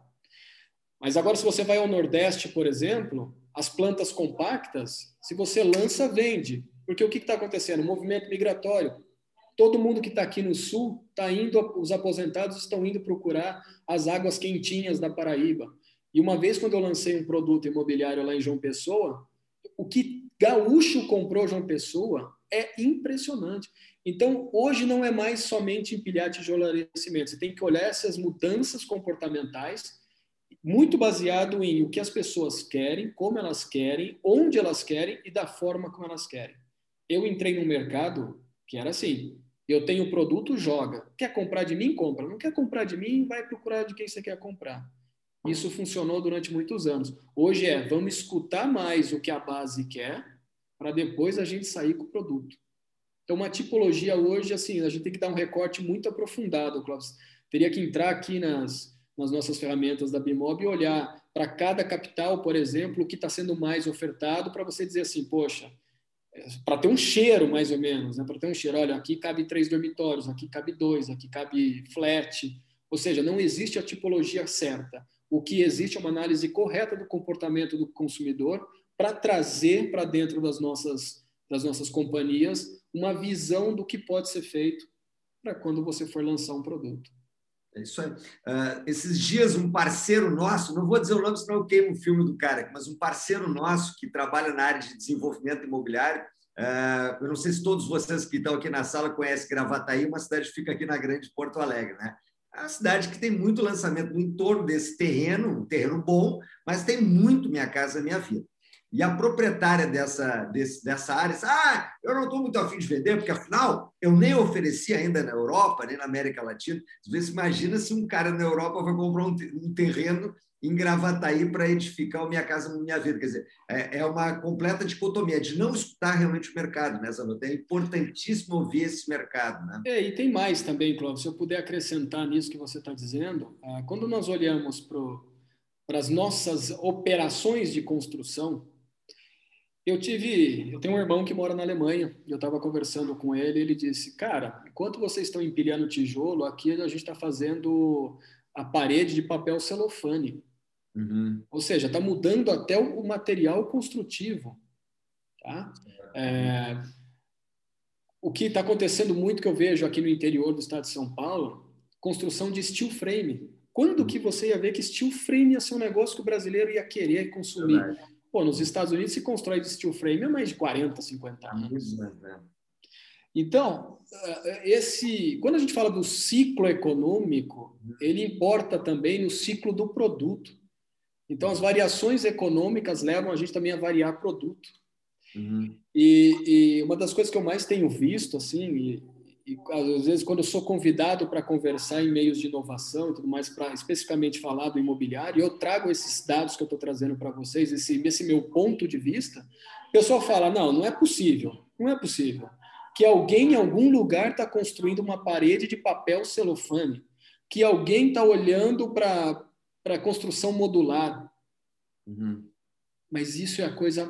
Mas agora, se você vai ao Nordeste, por exemplo, as plantas compactas, se você lança, vende. Porque o que está acontecendo? O movimento migratório. Todo mundo que está aqui no Sul está indo, os aposentados estão indo procurar as águas quentinhas da Paraíba. E uma vez, quando eu lancei um produto imobiliário lá em João Pessoa, o que gaúcho comprou João Pessoa é impressionante. Então, hoje não é mais somente empilhar tijolamento. Você tem que olhar essas mudanças comportamentais, muito baseado em o que as pessoas querem, como elas querem, onde elas querem e da forma como elas querem. Eu entrei num mercado que era assim, eu tenho o produto, joga. Quer comprar de mim? Compra. Não quer comprar de mim? Vai procurar de quem você quer comprar. Isso funcionou durante muitos anos. Hoje vamos escutar mais o que a base quer para depois a gente sair com o produto. Então, uma tipologia hoje, assim, a gente tem que dar um recorte muito aprofundado, Clóvis. Teria que entrar aqui nas nossas ferramentas da Bimob e olhar para cada capital, por exemplo, o que está sendo mais ofertado para você dizer assim, poxa, para ter um cheiro mais ou menos, né? Para ter um cheiro, olha, aqui cabe 3 dormitórios, aqui cabe 2, aqui cabe flat. Ou seja, não existe a tipologia certa. O que existe é uma análise correta do comportamento do consumidor para trazer para dentro das nossas companhias uma visão do que pode ser feito para quando você for lançar um produto. É isso aí. Esses dias, um parceiro nosso, não vou dizer o nome, senão eu queimo o filme do cara, mas um parceiro nosso que trabalha na área de desenvolvimento imobiliário, eu não sei se todos vocês que estão aqui na sala conhecem Gravataí, uma cidade que fica aqui na Grande Porto Alegre, né? É uma cidade que tem muito lançamento no entorno desse terreno, um terreno bom, mas tem muito Minha Casa Minha Vida. E a proprietária dessa área disse, eu não estou muito afim de vender, porque, afinal, eu nem ofereci ainda na Europa, nem na América Latina. Às vezes, imagina se um cara na Europa vai comprar um terreno em Gravataí para edificar o Minha Casa Minha Vida. Quer dizer, é uma completa dicotomia de não escutar realmente o mercado, né, Zanotto? É importantíssimo ouvir esse mercado, né? E tem mais também, Clóvis, se eu puder acrescentar nisso que você está dizendo, quando nós olhamos para as nossas operações de construção, eu tenho um irmão que mora na Alemanha, e eu estava conversando com ele, e ele disse, cara, enquanto vocês estão empilhando tijolo, aqui a gente está fazendo a parede de papel celofane. Uhum. Ou seja, está mudando até o material construtivo. Tá? O que está acontecendo muito que eu vejo aqui no interior do estado de São Paulo, construção de steel frame. Quando que você ia ver que steel frame ia ser um negócio que o brasileiro ia querer consumir? Verdade. Pô, nos Estados Unidos se constrói de steel frame há mais de 40, 50 anos. Então, quando a gente fala do ciclo econômico, ele importa também no ciclo do produto. Então, as variações econômicas levam a gente também a variar produto. Uhum. E uma das coisas que eu mais tenho visto, assim, às vezes, quando eu sou convidado para conversar em meios de inovação e tudo mais, para especificamente falar do imobiliário, eu trago esses dados que eu estou trazendo para vocês, esse meu ponto de vista, o pessoal fala, não é possível, não é possível que alguém em algum lugar está construindo uma parede de papel celofane, que alguém está olhando para a construção modular. Uhum. Mas isso é a coisa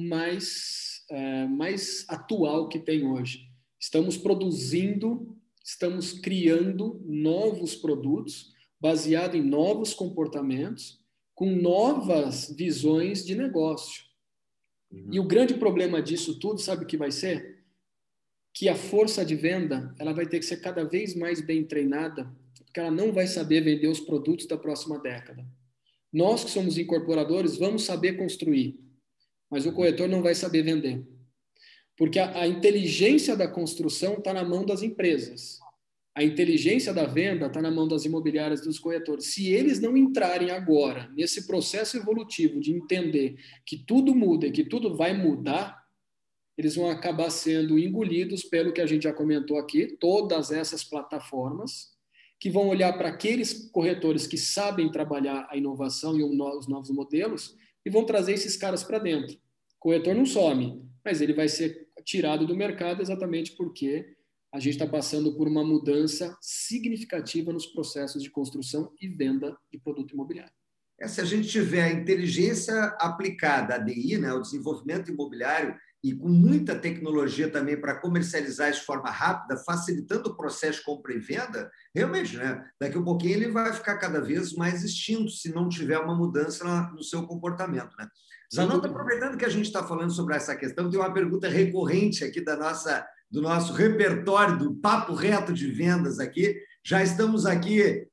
mais atual que tem hoje. Estamos produzindo, estamos criando novos produtos baseados em novos comportamentos, com novas visões de negócio. Uhum. E o grande problema disso tudo, sabe o que vai ser? Que a força de venda ela vai ter que ser cada vez mais bem treinada, porque ela não vai saber vender os produtos da próxima década. Nós que somos incorporadores vamos saber construir, mas o corretor não vai saber vender. Porque a inteligência da construção está na mão das empresas. A inteligência da venda está na mão das imobiliárias e dos corretores. Se eles não entrarem agora nesse processo evolutivo de entender que tudo muda e que tudo vai mudar, eles vão acabar sendo engolidos pelo que a gente já comentou aqui, todas essas plataformas, que vão olhar para aqueles corretores que sabem trabalhar a inovação e os novos modelos e vão trazer esses caras para dentro. O corretor não some, mas ele vai ser tirado do mercado exatamente porque a gente está passando por uma mudança significativa nos processos de construção e venda de produto imobiliário. Se a gente tiver a inteligência aplicada, a DI, né, o desenvolvimento imobiliário, e com muita tecnologia também para comercializar isso de forma rápida, facilitando o processo de compra e venda, realmente, né, daqui a um pouquinho ele vai ficar cada vez mais extinto se não tiver uma mudança no seu comportamento. Né? Zanotto, aproveitando que a gente está falando sobre essa questão, tem uma pergunta recorrente aqui do nosso repertório do Papo Reto de Vendas aqui. Já estamos aqui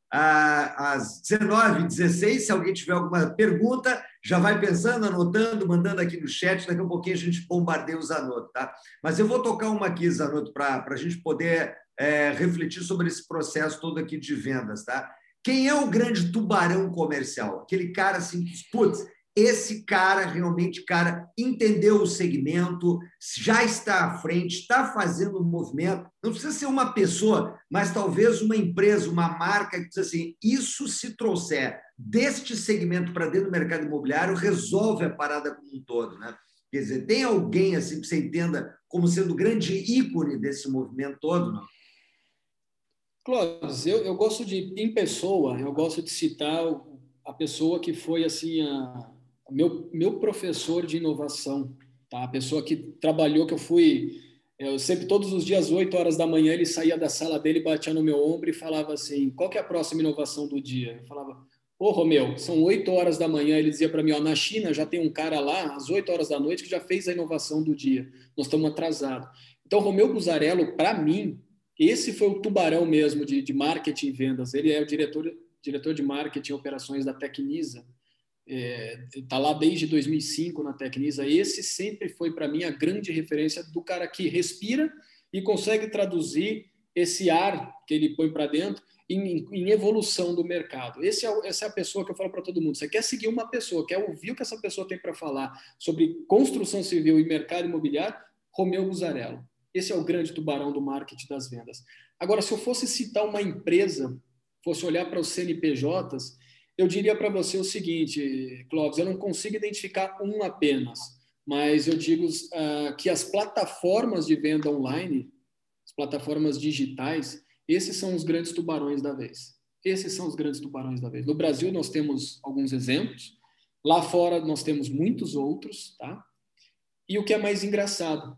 às 19h16. Se alguém tiver alguma pergunta, já vai pensando, anotando, mandando aqui no chat. Daqui a pouquinho a gente bombardeia o Zanotto, tá? Mas eu vou tocar uma aqui, Zanotto, para a gente poder refletir sobre esse processo todo aqui de vendas, tá? Quem é o grande tubarão comercial? Aquele cara assim que, putz, esse cara realmente, entendeu o segmento, já está à frente, está fazendo um movimento. Não precisa ser uma pessoa, mas talvez uma empresa, uma marca que diz assim, isso se trouxer deste segmento para dentro do mercado imobiliário, resolve a parada como um todo, né? Quer dizer, tem alguém assim que você entenda como sendo o grande ícone desse movimento todo, não? Clóvis, eu gosto em pessoa, eu gosto de citar a pessoa que foi assim meu professor de inovação, tá? A pessoa que trabalhou, eu sempre, todos os dias, 8 horas da manhã, ele saía da sala dele, batia no meu ombro e falava assim, qual que é a próxima inovação do dia? Eu falava, Romeu, são 8 horas da manhã, ele dizia para mim, na China já tem um cara lá, às 8 horas da noite, que já fez a inovação do dia, nós estamos atrasados. Então, Romeu Buzarello, para mim, esse foi o tubarão mesmo de marketing e vendas, ele é o diretor de marketing e operações da Tecnisa, está lá desde 2005 na Tecnisa. Esse sempre foi para mim a grande referência do cara que respira e consegue traduzir esse ar que ele põe para dentro em evolução do mercado. Essa é a pessoa que eu falo para todo mundo. Você quer seguir uma pessoa, quer ouvir o que essa pessoa tem para falar sobre construção civil e mercado imobiliário? Romeu Buzarello. Esse é o grande tubarão do marketing das vendas. Agora, se eu fosse citar uma empresa, fosse olhar para os CNPJs, eu diria para você o seguinte, Clóvis, eu não consigo identificar um apenas, mas eu digo que as plataformas de venda online, as plataformas digitais, esses são os grandes tubarões da vez. Esses são os grandes tubarões da vez. No Brasil, nós temos alguns exemplos, lá fora nós temos muitos outros, tá? E o que é mais engraçado,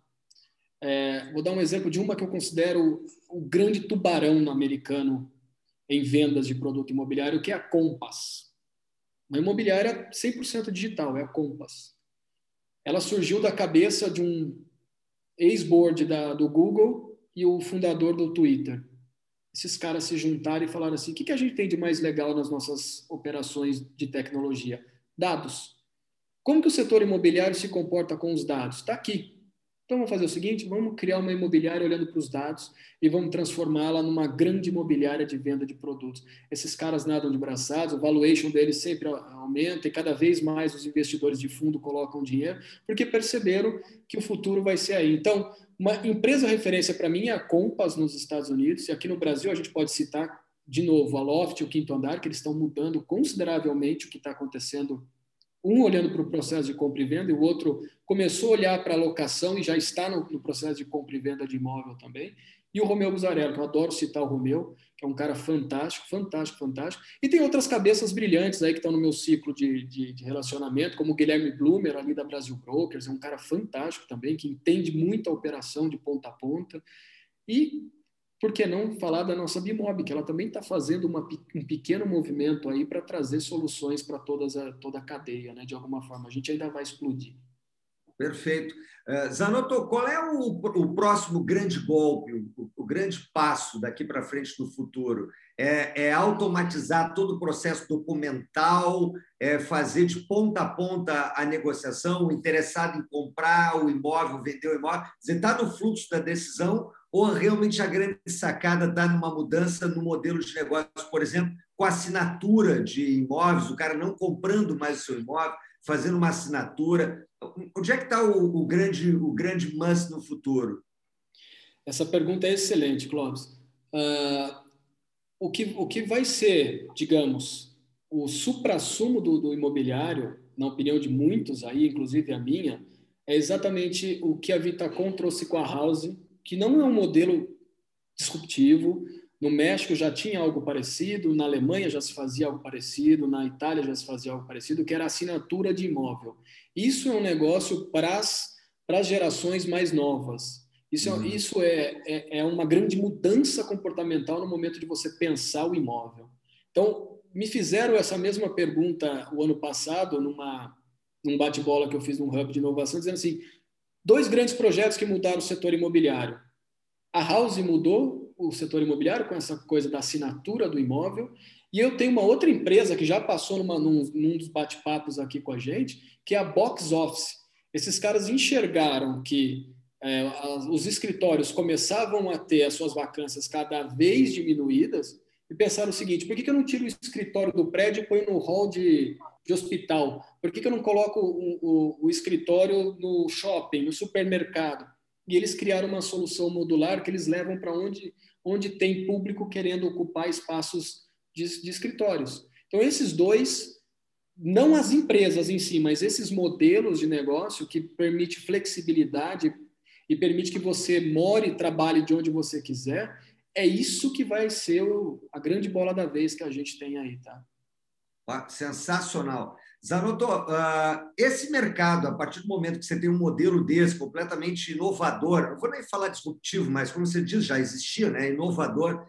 vou dar um exemplo de uma que eu considero o grande tubarão americano em vendas de produto imobiliário, que é a Compass. Uma imobiliária 100% digital, é a Compass. Ela surgiu da cabeça de um ex-board do Google e o fundador do Twitter. Esses caras se juntaram e falaram assim, o que a gente tem de mais legal nas nossas operações de tecnologia? Dados. Como que o setor imobiliário se comporta com os dados? Está aqui. Então, vamos fazer o seguinte, vamos criar uma imobiliária olhando para os dados e vamos transformá-la numa grande imobiliária de venda de produtos. Esses caras nadam de braçadas, o valuation deles sempre aumenta e cada vez mais os investidores de fundo colocam dinheiro, porque perceberam que o futuro vai ser aí. Então, Uma empresa referência para mim é a Compass nos Estados Unidos, e aqui no Brasil a gente pode citar de novo a Loft e o Quinto Andar, que eles estão mudando consideravelmente o que está acontecendo, um olhando para o processo de compra e venda e o outro começou a olhar para a locação e já está no processo de compra e venda de imóvel também. E o Romeu Buzarello, que eu adoro citar o Romeu, que é um cara fantástico, fantástico, fantástico. E tem outras cabeças brilhantes aí que estão no meu ciclo de relacionamento, como o Guilherme Blumer, ali da Brasil Brokers, é um cara fantástico também, que entende muito a operação de ponta a ponta. E, por que não falar da nossa Bimob, que ela também está fazendo um pequeno movimento aí para trazer soluções para toda a cadeia, né? De alguma forma. A gente ainda vai explodir. Perfeito. Zanotto, qual é o próximo grande golpe, o grande passo daqui para frente no futuro? É automatizar todo o processo documental, é fazer de ponta a ponta a negociação, o interessado em comprar o imóvel, vender o imóvel? Você está no fluxo da decisão ou realmente a grande sacada está numa mudança no modelo de negócio, por exemplo, com a assinatura de imóveis, o cara não comprando mais o seu imóvel, fazendo uma assinatura? Onde é que está o grande must no futuro? Essa pergunta é excelente, Clóvis. O que vai ser, digamos, o suprassumo do imobiliário, na opinião de muitos aí, inclusive a minha, é exatamente o que a Vitacom trouxe com a House, que não é um modelo disruptivo. No México já tinha algo parecido, na Alemanha já se fazia algo parecido, na Itália já se fazia algo parecido, que era a assinatura de imóvel. Isso é um negócio para as gerações mais novas. Isso é uma grande mudança comportamental no momento de você pensar o imóvel. Então, me fizeram essa mesma pergunta o ano passado, num bate-bola que eu fiz num hub de inovação, dizendo assim, 2 grandes projetos que mudaram o setor imobiliário. A House mudou o setor imobiliário com essa coisa da assinatura do imóvel. E eu tenho uma outra empresa que já passou num dos bate-papos aqui com a gente, que é a Box Office. Esses caras enxergaram que os escritórios começavam a ter as suas vacâncias cada vez diminuídas e pensaram o seguinte, por que eu não tiro o escritório do prédio e ponho no hall de hospital? Por que eu não coloco o escritório no shopping, no supermercado? E eles criaram uma solução modular que eles levam para onde tem público querendo ocupar espaços de escritórios. Então, esses dois, não as empresas em si, mas esses modelos de negócio que permite flexibilidade e permite que você more e trabalhe de onde você quiser, é isso que vai ser a grande bola da vez que a gente tem aí, tá? Sensacional. Zanotto, esse mercado, a partir do momento que você tem um modelo desse completamente inovador, não vou nem falar disruptivo, mas como você diz, já existia, né? Inovador,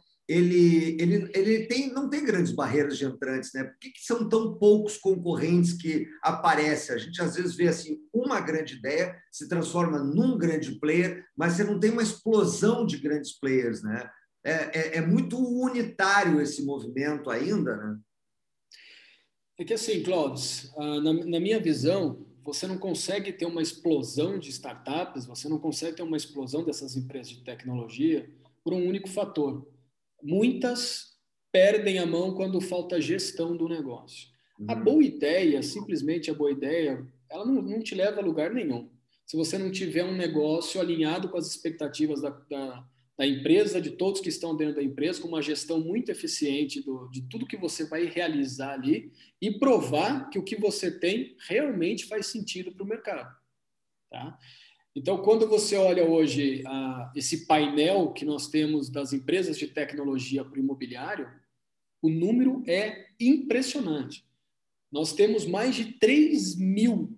não tem grandes barreiras de entrantes, né? Por que são tão poucos concorrentes que aparecem? A gente às vezes vê assim, uma grande ideia se transforma num grande player, mas você não tem uma explosão de grandes players, né? É muito unitário esse movimento ainda, né? É que assim, Clóvis, na minha visão, você não consegue ter uma explosão de startups, você não consegue ter uma explosão dessas empresas de tecnologia por um único fator. Muitas perdem a mão quando falta gestão do negócio. A boa ideia, simplesmente a boa ideia, ela não te leva a lugar nenhum. Se você não tiver um negócio alinhado com as expectativas da empresa, de todos que estão dentro da empresa, com uma gestão muito eficiente de tudo que você vai realizar ali e provar que o que você tem realmente faz sentido para o mercado. Tá? Então, quando você olha hoje esse painel que nós temos das empresas de tecnologia para o imobiliário, o número é impressionante. Nós temos mais de 3 mil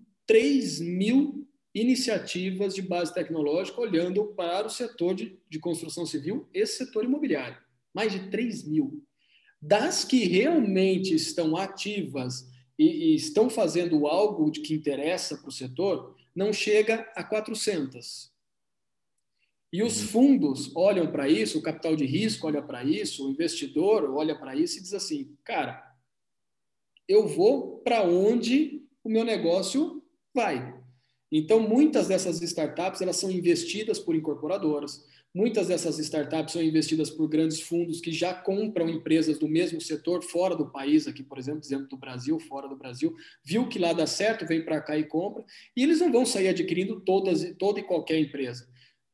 iniciativas de base tecnológica olhando para o setor de construção civil e setor imobiliário. Mais de 3 mil. Das que realmente estão ativas e estão fazendo algo de que interessa para o setor, não chega a 400. E os fundos olham para isso, o capital de risco olha para isso, o investidor olha para isso e diz assim, cara, eu vou para onde o meu negócio vai. Então, muitas dessas startups elas são investidas por incorporadoras, muitas dessas startups são investidas por grandes fundos que já compram empresas do mesmo setor fora do país, aqui, por exemplo, dizendo do Brasil, fora do Brasil, viu que lá dá certo, vem para cá e compra, e eles não vão sair adquirindo toda e qualquer empresa.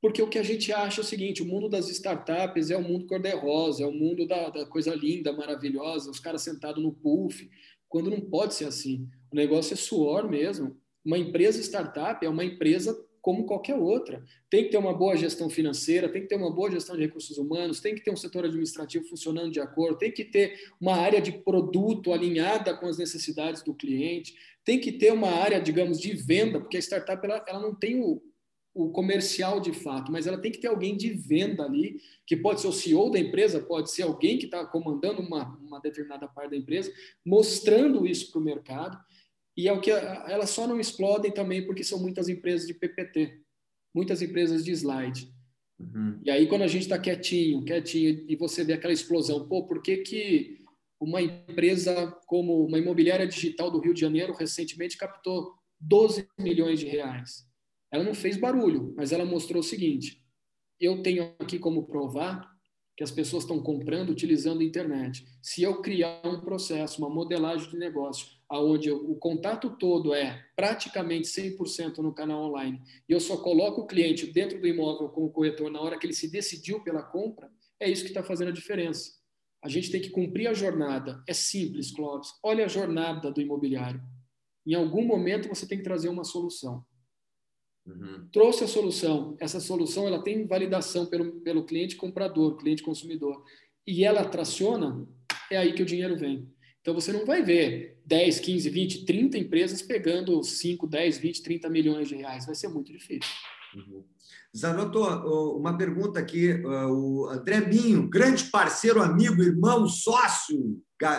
Porque o que a gente acha é o seguinte, o mundo das startups é o mundo cor-de-rosa, é o mundo da coisa linda, maravilhosa, os caras sentados no puff, quando não pode ser assim. O negócio é suor mesmo. Uma empresa startup é uma empresa como qualquer outra. Tem que ter uma boa gestão financeira, tem que ter uma boa gestão de recursos humanos, tem que ter um setor administrativo funcionando de acordo, tem que ter uma área de produto alinhada com as necessidades do cliente, tem que ter uma área, digamos, de venda, porque a startup ela não tem o comercial de fato, mas ela tem que ter alguém de venda ali, que pode ser o CEO da empresa, pode ser alguém que está comandando uma determinada parte da empresa, mostrando isso para o mercado. E é o que elas só não explodem também porque são muitas empresas de PPT, muitas empresas de slide. Uhum. E aí, quando a gente está quietinho, e você vê aquela explosão, pô, por que uma empresa como uma imobiliária digital do Rio de Janeiro recentemente captou 12 milhões de reais? Ela não fez barulho, mas ela mostrou o seguinte: eu tenho aqui como provar que as pessoas estão comprando utilizando a internet. Se eu criar um processo, uma modelagem de negócio, onde o contato todo é praticamente 100% no canal online, e eu só coloco o cliente dentro do imóvel com o corretor na hora que ele se decidiu pela compra, é isso que está fazendo a diferença. A gente tem que cumprir a jornada. É simples, Clóvis. Olha a jornada do imobiliário. Em algum momento você tem que trazer uma solução. Uhum. Trouxe a solução. Essa solução ela tem validação pelo cliente comprador, cliente consumidor. E ela traciona, é aí que o dinheiro vem. Então, você não vai ver 10, 15, 20, 30 empresas pegando 5, 10, 20, 30 milhões de reais. Vai ser muito difícil. Uhum. Zanotto, uma pergunta aqui. O André Minho, grande parceiro, amigo, irmão, sócio,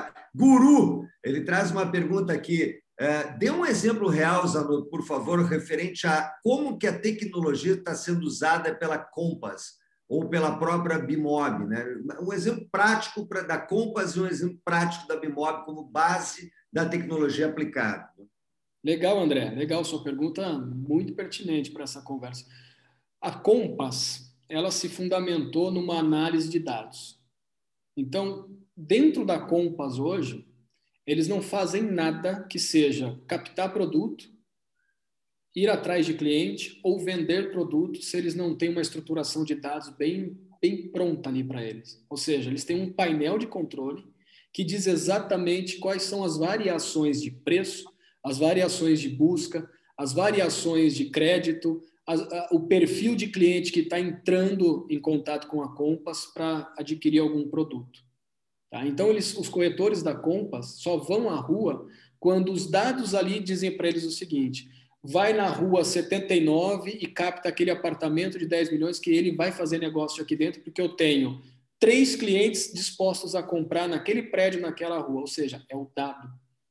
guru, ele traz uma pergunta aqui. Dê um exemplo real, Zanotto, por favor, referente a como que a tecnologia está sendo usada pela Compass ou pela própria Bimob, né? Um exemplo prático da Compass e um exemplo prático da Bimob como base da tecnologia aplicada. Legal, André. Legal, sua pergunta muito pertinente para essa conversa. A Compass, ela se fundamentou numa análise de dados. Então, dentro da Compass hoje, eles não fazem nada que seja captar produto, ir atrás de cliente ou vender produto se eles não têm uma estruturação de dados bem pronta ali para eles. Ou seja, eles têm um painel de controle que diz exatamente quais são as variações de preço, as variações de busca, as variações de crédito, o perfil de cliente que está entrando em contato com a Compass para adquirir algum produto. Tá? Então, os corretores da Compass só vão à rua quando os dados ali dizem para eles o seguinte: vai na rua 79 e capta aquele apartamento de 10 milhões que ele vai fazer negócio aqui dentro, porque eu tenho 3 clientes dispostos a comprar naquele prédio, naquela rua. Ou seja, é o dado.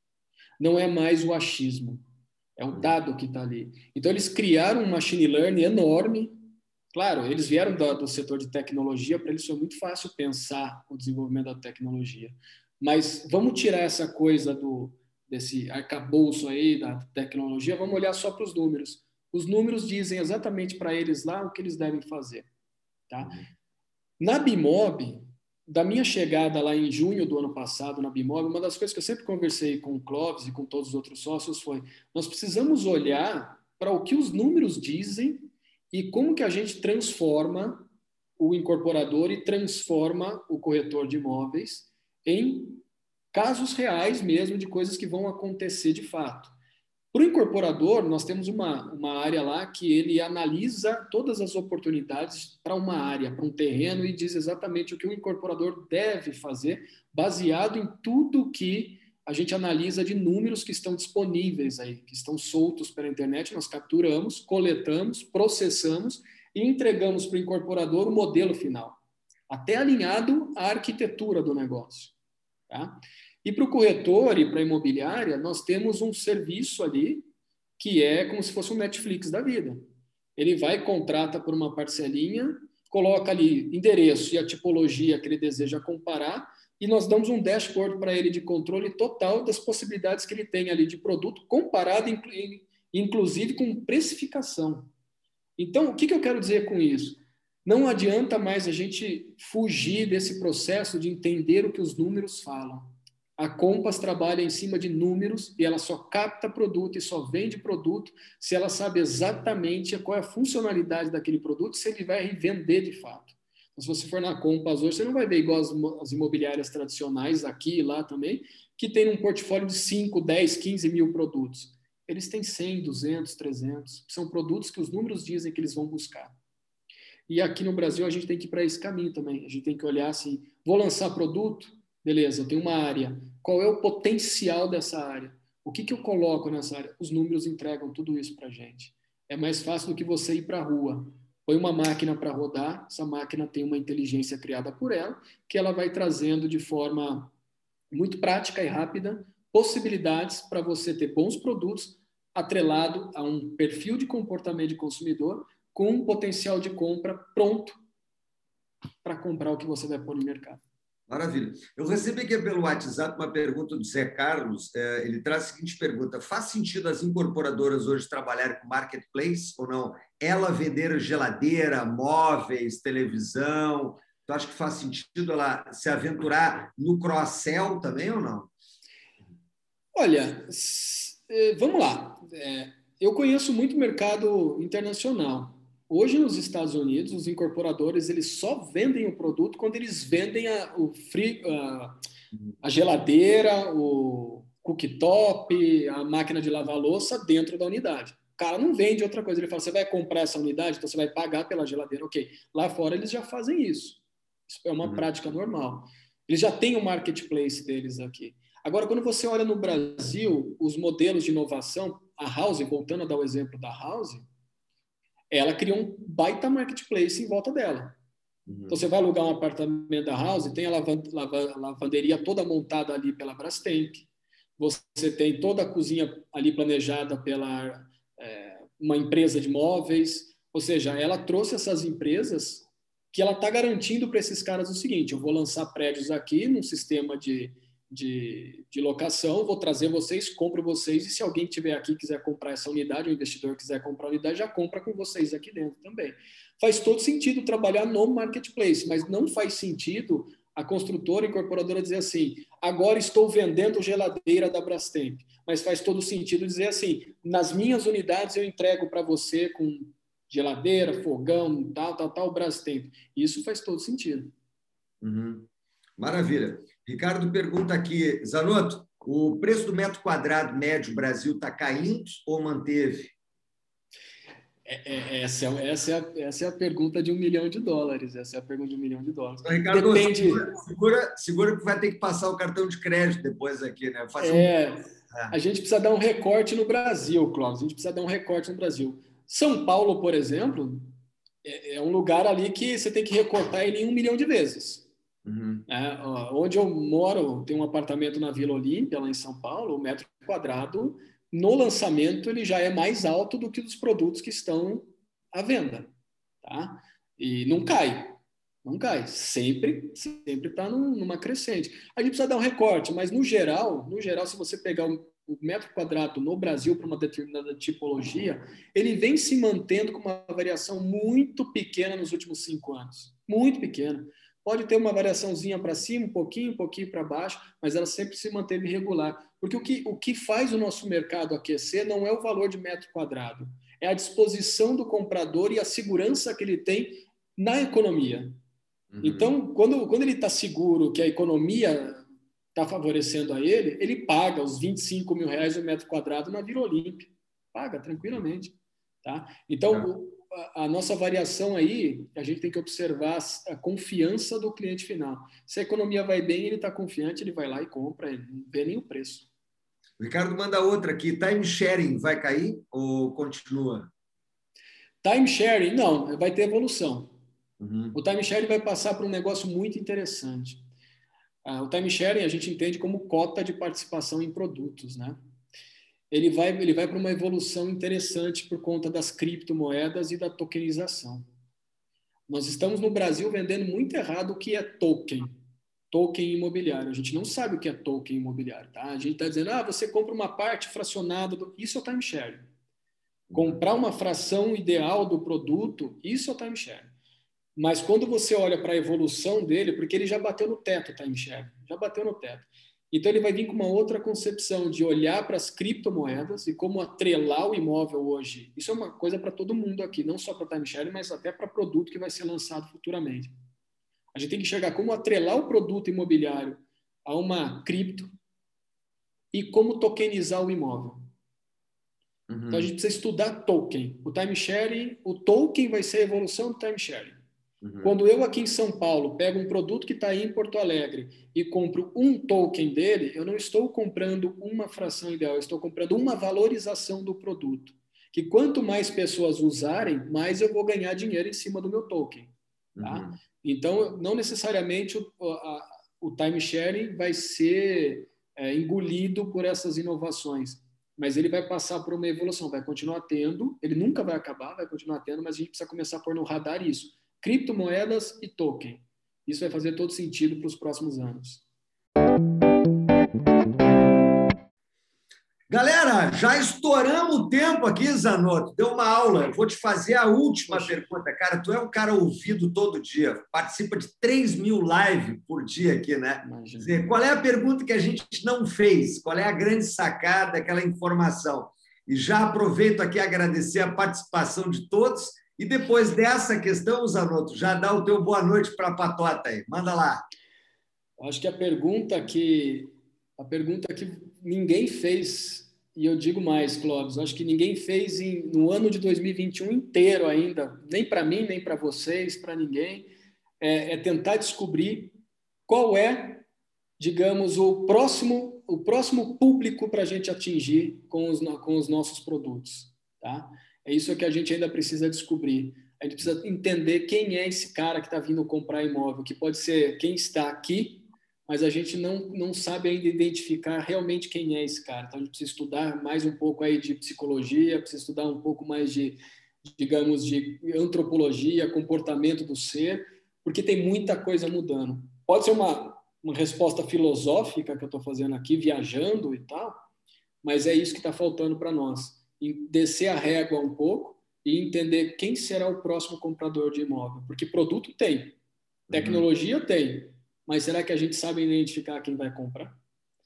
Não é mais o achismo. É o dado que está ali. Então, eles criaram um machine learning enorme. Claro, eles vieram do setor de tecnologia, para eles foi muito fácil pensar o desenvolvimento da tecnologia. Mas vamos tirar essa coisa desse arcabouço aí da tecnologia, vamos olhar só para os números. Os números dizem exatamente para eles lá o que eles devem fazer. Tá? Na Bimob, da minha chegada lá em junho do ano passado na Bimob, uma das coisas que eu sempre conversei com o Clóvis e com todos os outros sócios foi: nós precisamos olhar para o que os números dizem e como que a gente transforma o incorporador e transforma o corretor de imóveis em casos reais mesmo de coisas que vão acontecer de fato. Para o incorporador, nós temos uma área lá que ele analisa todas as oportunidades para uma área, para um terreno, e diz exatamente o que o incorporador deve fazer, baseado em tudo que a gente analisa de números que estão disponíveis aí, que estão soltos pela internet. Nós capturamos, coletamos, processamos e entregamos para o incorporador o modelo final, até alinhado à arquitetura do negócio. Tá? E para o corretor e para a imobiliária, nós temos um serviço ali que é como se fosse um Netflix da vida. Ele vai, contrata por uma parcelinha, coloca ali endereço e a tipologia que ele deseja comparar, e nós damos um dashboard para ele de controle total das possibilidades que ele tem ali de produto, comparado, inclusive, com precificação. Então, o que eu quero dizer com isso? Não adianta mais a gente fugir desse processo de entender o que os números falam. A Compass trabalha em cima de números e ela só capta produto e só vende produto se ela sabe exatamente qual é a funcionalidade daquele produto, se ele vai vender de fato. Então, se você for na Compass hoje, você não vai ver igual as imobiliárias tradicionais, aqui e lá também, que tem um portfólio de 5, 10, 15 mil produtos. Eles têm 100, 200, 300. São produtos que os números dizem que eles vão buscar. E aqui no Brasil a gente tem que ir para esse caminho também. A gente tem que olhar assim, vou lançar produto? Beleza, eu tenho uma área. Qual é o potencial dessa área? O que eu coloco nessa área? Os números entregam tudo isso para a gente. É mais fácil do que você ir para a rua. Põe uma máquina para rodar, essa máquina tem uma inteligência criada por ela, que ela vai trazendo de forma muito prática e rápida possibilidades para você ter bons produtos atrelado a um perfil de comportamento de consumidor com um potencial de compra pronto para comprar o que você vai pôr no mercado. Maravilha. Eu recebi aqui pelo WhatsApp uma pergunta do Zé Carlos. Ele traz a seguinte pergunta: faz sentido as incorporadoras hoje trabalharem com marketplace ou não? Ela vender geladeira, móveis, televisão? Tu acha que faz sentido ela se aventurar no cross-sell também ou não? Olha, vamos lá. Eu conheço muito mercado internacional. Hoje, nos Estados Unidos, os incorporadores eles só vendem o produto quando eles vendem a geladeira, o cooktop, a máquina de lavar louça dentro da unidade. O cara não vende outra coisa. Ele fala, você vai comprar essa unidade, então você vai pagar pela geladeira. Ok. Lá fora eles já fazem isso. Isso é uma prática normal. Eles já têm o marketplace deles aqui. Agora, quando você olha no Brasil, os modelos de inovação, a House, voltando a dar o exemplo da House, ela criou um baita marketplace em volta dela. Então, você vai alugar um apartamento da House, tem a lavanderia toda montada ali pela Brastemp, você tem toda a cozinha ali planejada pela uma empresa de móveis, ou seja, ela trouxe essas empresas que ela está garantindo para esses caras o seguinte, eu vou lançar prédios aqui num sistema de locação, vou trazer vocês, compro vocês, e se alguém tiver aqui e quiser comprar essa unidade, o investidor quiser comprar a unidade, já compra com vocês aqui dentro também. Faz todo sentido trabalhar no marketplace, mas não faz sentido a construtora e incorporadora dizer assim, agora estou vendendo geladeira da Brastemp, mas faz todo sentido dizer assim, nas minhas unidades eu entrego para você com geladeira, fogão, tal, Brastemp. Isso faz todo sentido. Maravilha. Ricardo pergunta aqui, Zanotto, o preço do metro quadrado médio Brasil está caindo ou manteve? Essa é a pergunta de $1 milhão. Essa é a pergunta de $1 milhão. Então, Ricardo, depende. Segura que vai ter que passar o cartão de crédito depois aqui, né? A gente precisa dar um recorte no Brasil, Cláudio. A gente precisa dar um recorte no Brasil. São Paulo, por exemplo, é um lugar ali que você tem que recortar ele em 1 milhão de vezes. Onde eu moro, tem um apartamento na Vila Olímpia, lá em São Paulo, o metro quadrado, no lançamento, ele já é mais alto do que os produtos que estão à venda. Tá? E não cai. Sempre está numa crescente. A gente precisa dar um recorte, mas no geral, se você pegar o metro quadrado no Brasil para uma determinada tipologia, ele vem se mantendo com uma variação muito pequena nos últimos 5 anos. Muito pequena. Pode ter uma variaçãozinha para cima, um pouquinho para baixo, mas ela sempre se manteve regular. Porque o que faz o nosso mercado aquecer não é o valor de metro quadrado, é a disposição do comprador e a segurança que ele tem na economia. Então, quando ele está seguro que a economia está favorecendo a ele, ele paga os R$25 mil o metro quadrado na Vila Olímpia. Paga tranquilamente. Tá? Então, a nossa variação aí, a gente tem que observar a confiança do cliente final. Se a economia vai bem, ele está confiante, ele vai lá e compra, ele não vê nem o preço. O Ricardo manda outra aqui. Time sharing vai cair ou continua? Time sharing, não, vai ter evolução. O time sharing vai passar por um negócio muito interessante. O time sharing a gente entende como cota de participação em produtos, né? Ele vai para uma evolução interessante por conta das criptomoedas e da tokenização. Nós estamos no Brasil vendendo muito errado o que é token imobiliário. A gente não sabe o que é token imobiliário, tá? A gente está dizendo, você compra uma parte fracionada, isso é o time sharing. Comprar uma fração ideal do produto, isso é o time sharing. Mas quando você olha para a evolução dele, porque ele já bateu no teto, o time sharing, já bateu no teto. Então, ele vai vir com uma outra concepção de olhar para as criptomoedas e como atrelar o imóvel hoje. Isso é uma coisa para todo mundo aqui, não só para timeshare, mas até para produto que vai ser lançado futuramente. A gente tem que enxergar como atrelar o produto imobiliário a uma cripto e como tokenizar o imóvel. Uhum. Então, a gente precisa estudar token. O timeshare, o token vai ser a evolução do timeshare. Uhum. Quando eu aqui em São Paulo pego um produto que está aí em Porto Alegre e compro um token dele, eu não estou comprando uma fração ideal, eu estou comprando uma valorização do produto. Que quanto mais pessoas usarem, mais eu vou ganhar dinheiro em cima do meu token. Tá? Uhum. Então, não necessariamente o timesharing vai ser engolido por essas inovações, mas ele vai passar por uma evolução, vai continuar tendo, ele nunca vai acabar, vai continuar tendo, mas a gente precisa começar a pôr no radar isso. Criptomoedas e token. Isso vai fazer todo sentido para os próximos anos. Galera, já estouramos o tempo aqui, Zanotto. Deu uma aula. Eu vou te fazer a última pergunta. Cara, tu é um cara ouvido todo dia. Participa de 3.000 lives por dia aqui, né? Quer dizer, qual é a pergunta que a gente não fez? Qual é a grande sacada, aquela informação? E já aproveito aqui a agradecer a participação de todos. E depois dessa questão, Zanotto, já dá o teu boa noite para a Patota aí. Manda lá. Acho que a pergunta que ninguém fez, e eu digo mais, Clóvis, acho que ninguém fez no ano de 2021 inteiro ainda, nem para mim, nem para vocês, para ninguém, é tentar descobrir qual é, digamos, o próximo público para a gente atingir com os nossos produtos. Tá? É isso que a gente ainda precisa descobrir. A gente precisa entender quem é esse cara que está vindo comprar imóvel, que pode ser quem está aqui, mas a gente não sabe ainda identificar realmente quem é esse cara. Então, a gente precisa estudar mais um pouco aí de psicologia, precisa estudar um pouco mais digamos, de antropologia, comportamento do ser, porque tem muita coisa mudando. Pode ser uma resposta filosófica que eu estou fazendo aqui, viajando e tal, mas é isso que está faltando para nós. Descer a régua um pouco e entender quem será o próximo comprador de imóvel. Porque produto tem, tecnologia tem, mas será que a gente sabe identificar quem vai comprar?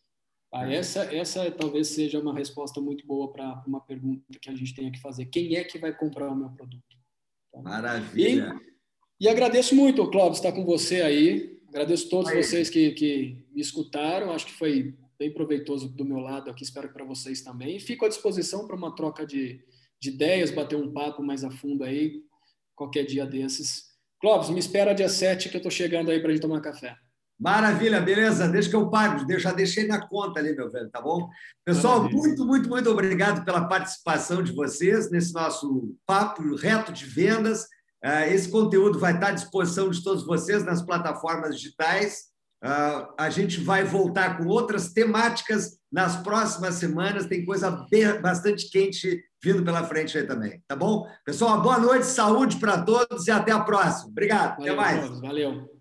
Essa talvez seja uma resposta muito boa para uma pergunta que a gente tenha que fazer. Quem é que vai comprar o meu produto? Tá? Maravilha! E agradeço muito, Clóvis, estar com você aí. Agradeço a todos vocês que me escutaram. Acho que foi bem proveitoso do meu lado aqui. Espero que para vocês também. E fico à disposição para uma troca de ideias, bater um papo mais a fundo aí, qualquer dia desses. Clóvis, me espera dia 7 que eu estou chegando aí para a gente tomar café. Maravilha, beleza. Deixa que eu pago. Já deixei na conta ali, meu velho, tá bom? Pessoal, muito, muito, muito obrigado pela participação de vocês nesse nosso papo reto de vendas. Esse conteúdo vai estar à disposição de todos vocês nas plataformas digitais. A gente vai voltar com outras temáticas nas próximas semanas. Tem coisa bastante quente vindo pela frente aí também, tá bom? Pessoal, boa noite, saúde para todos e até a próxima. Obrigado, valeu, até mais. Clóvis, valeu.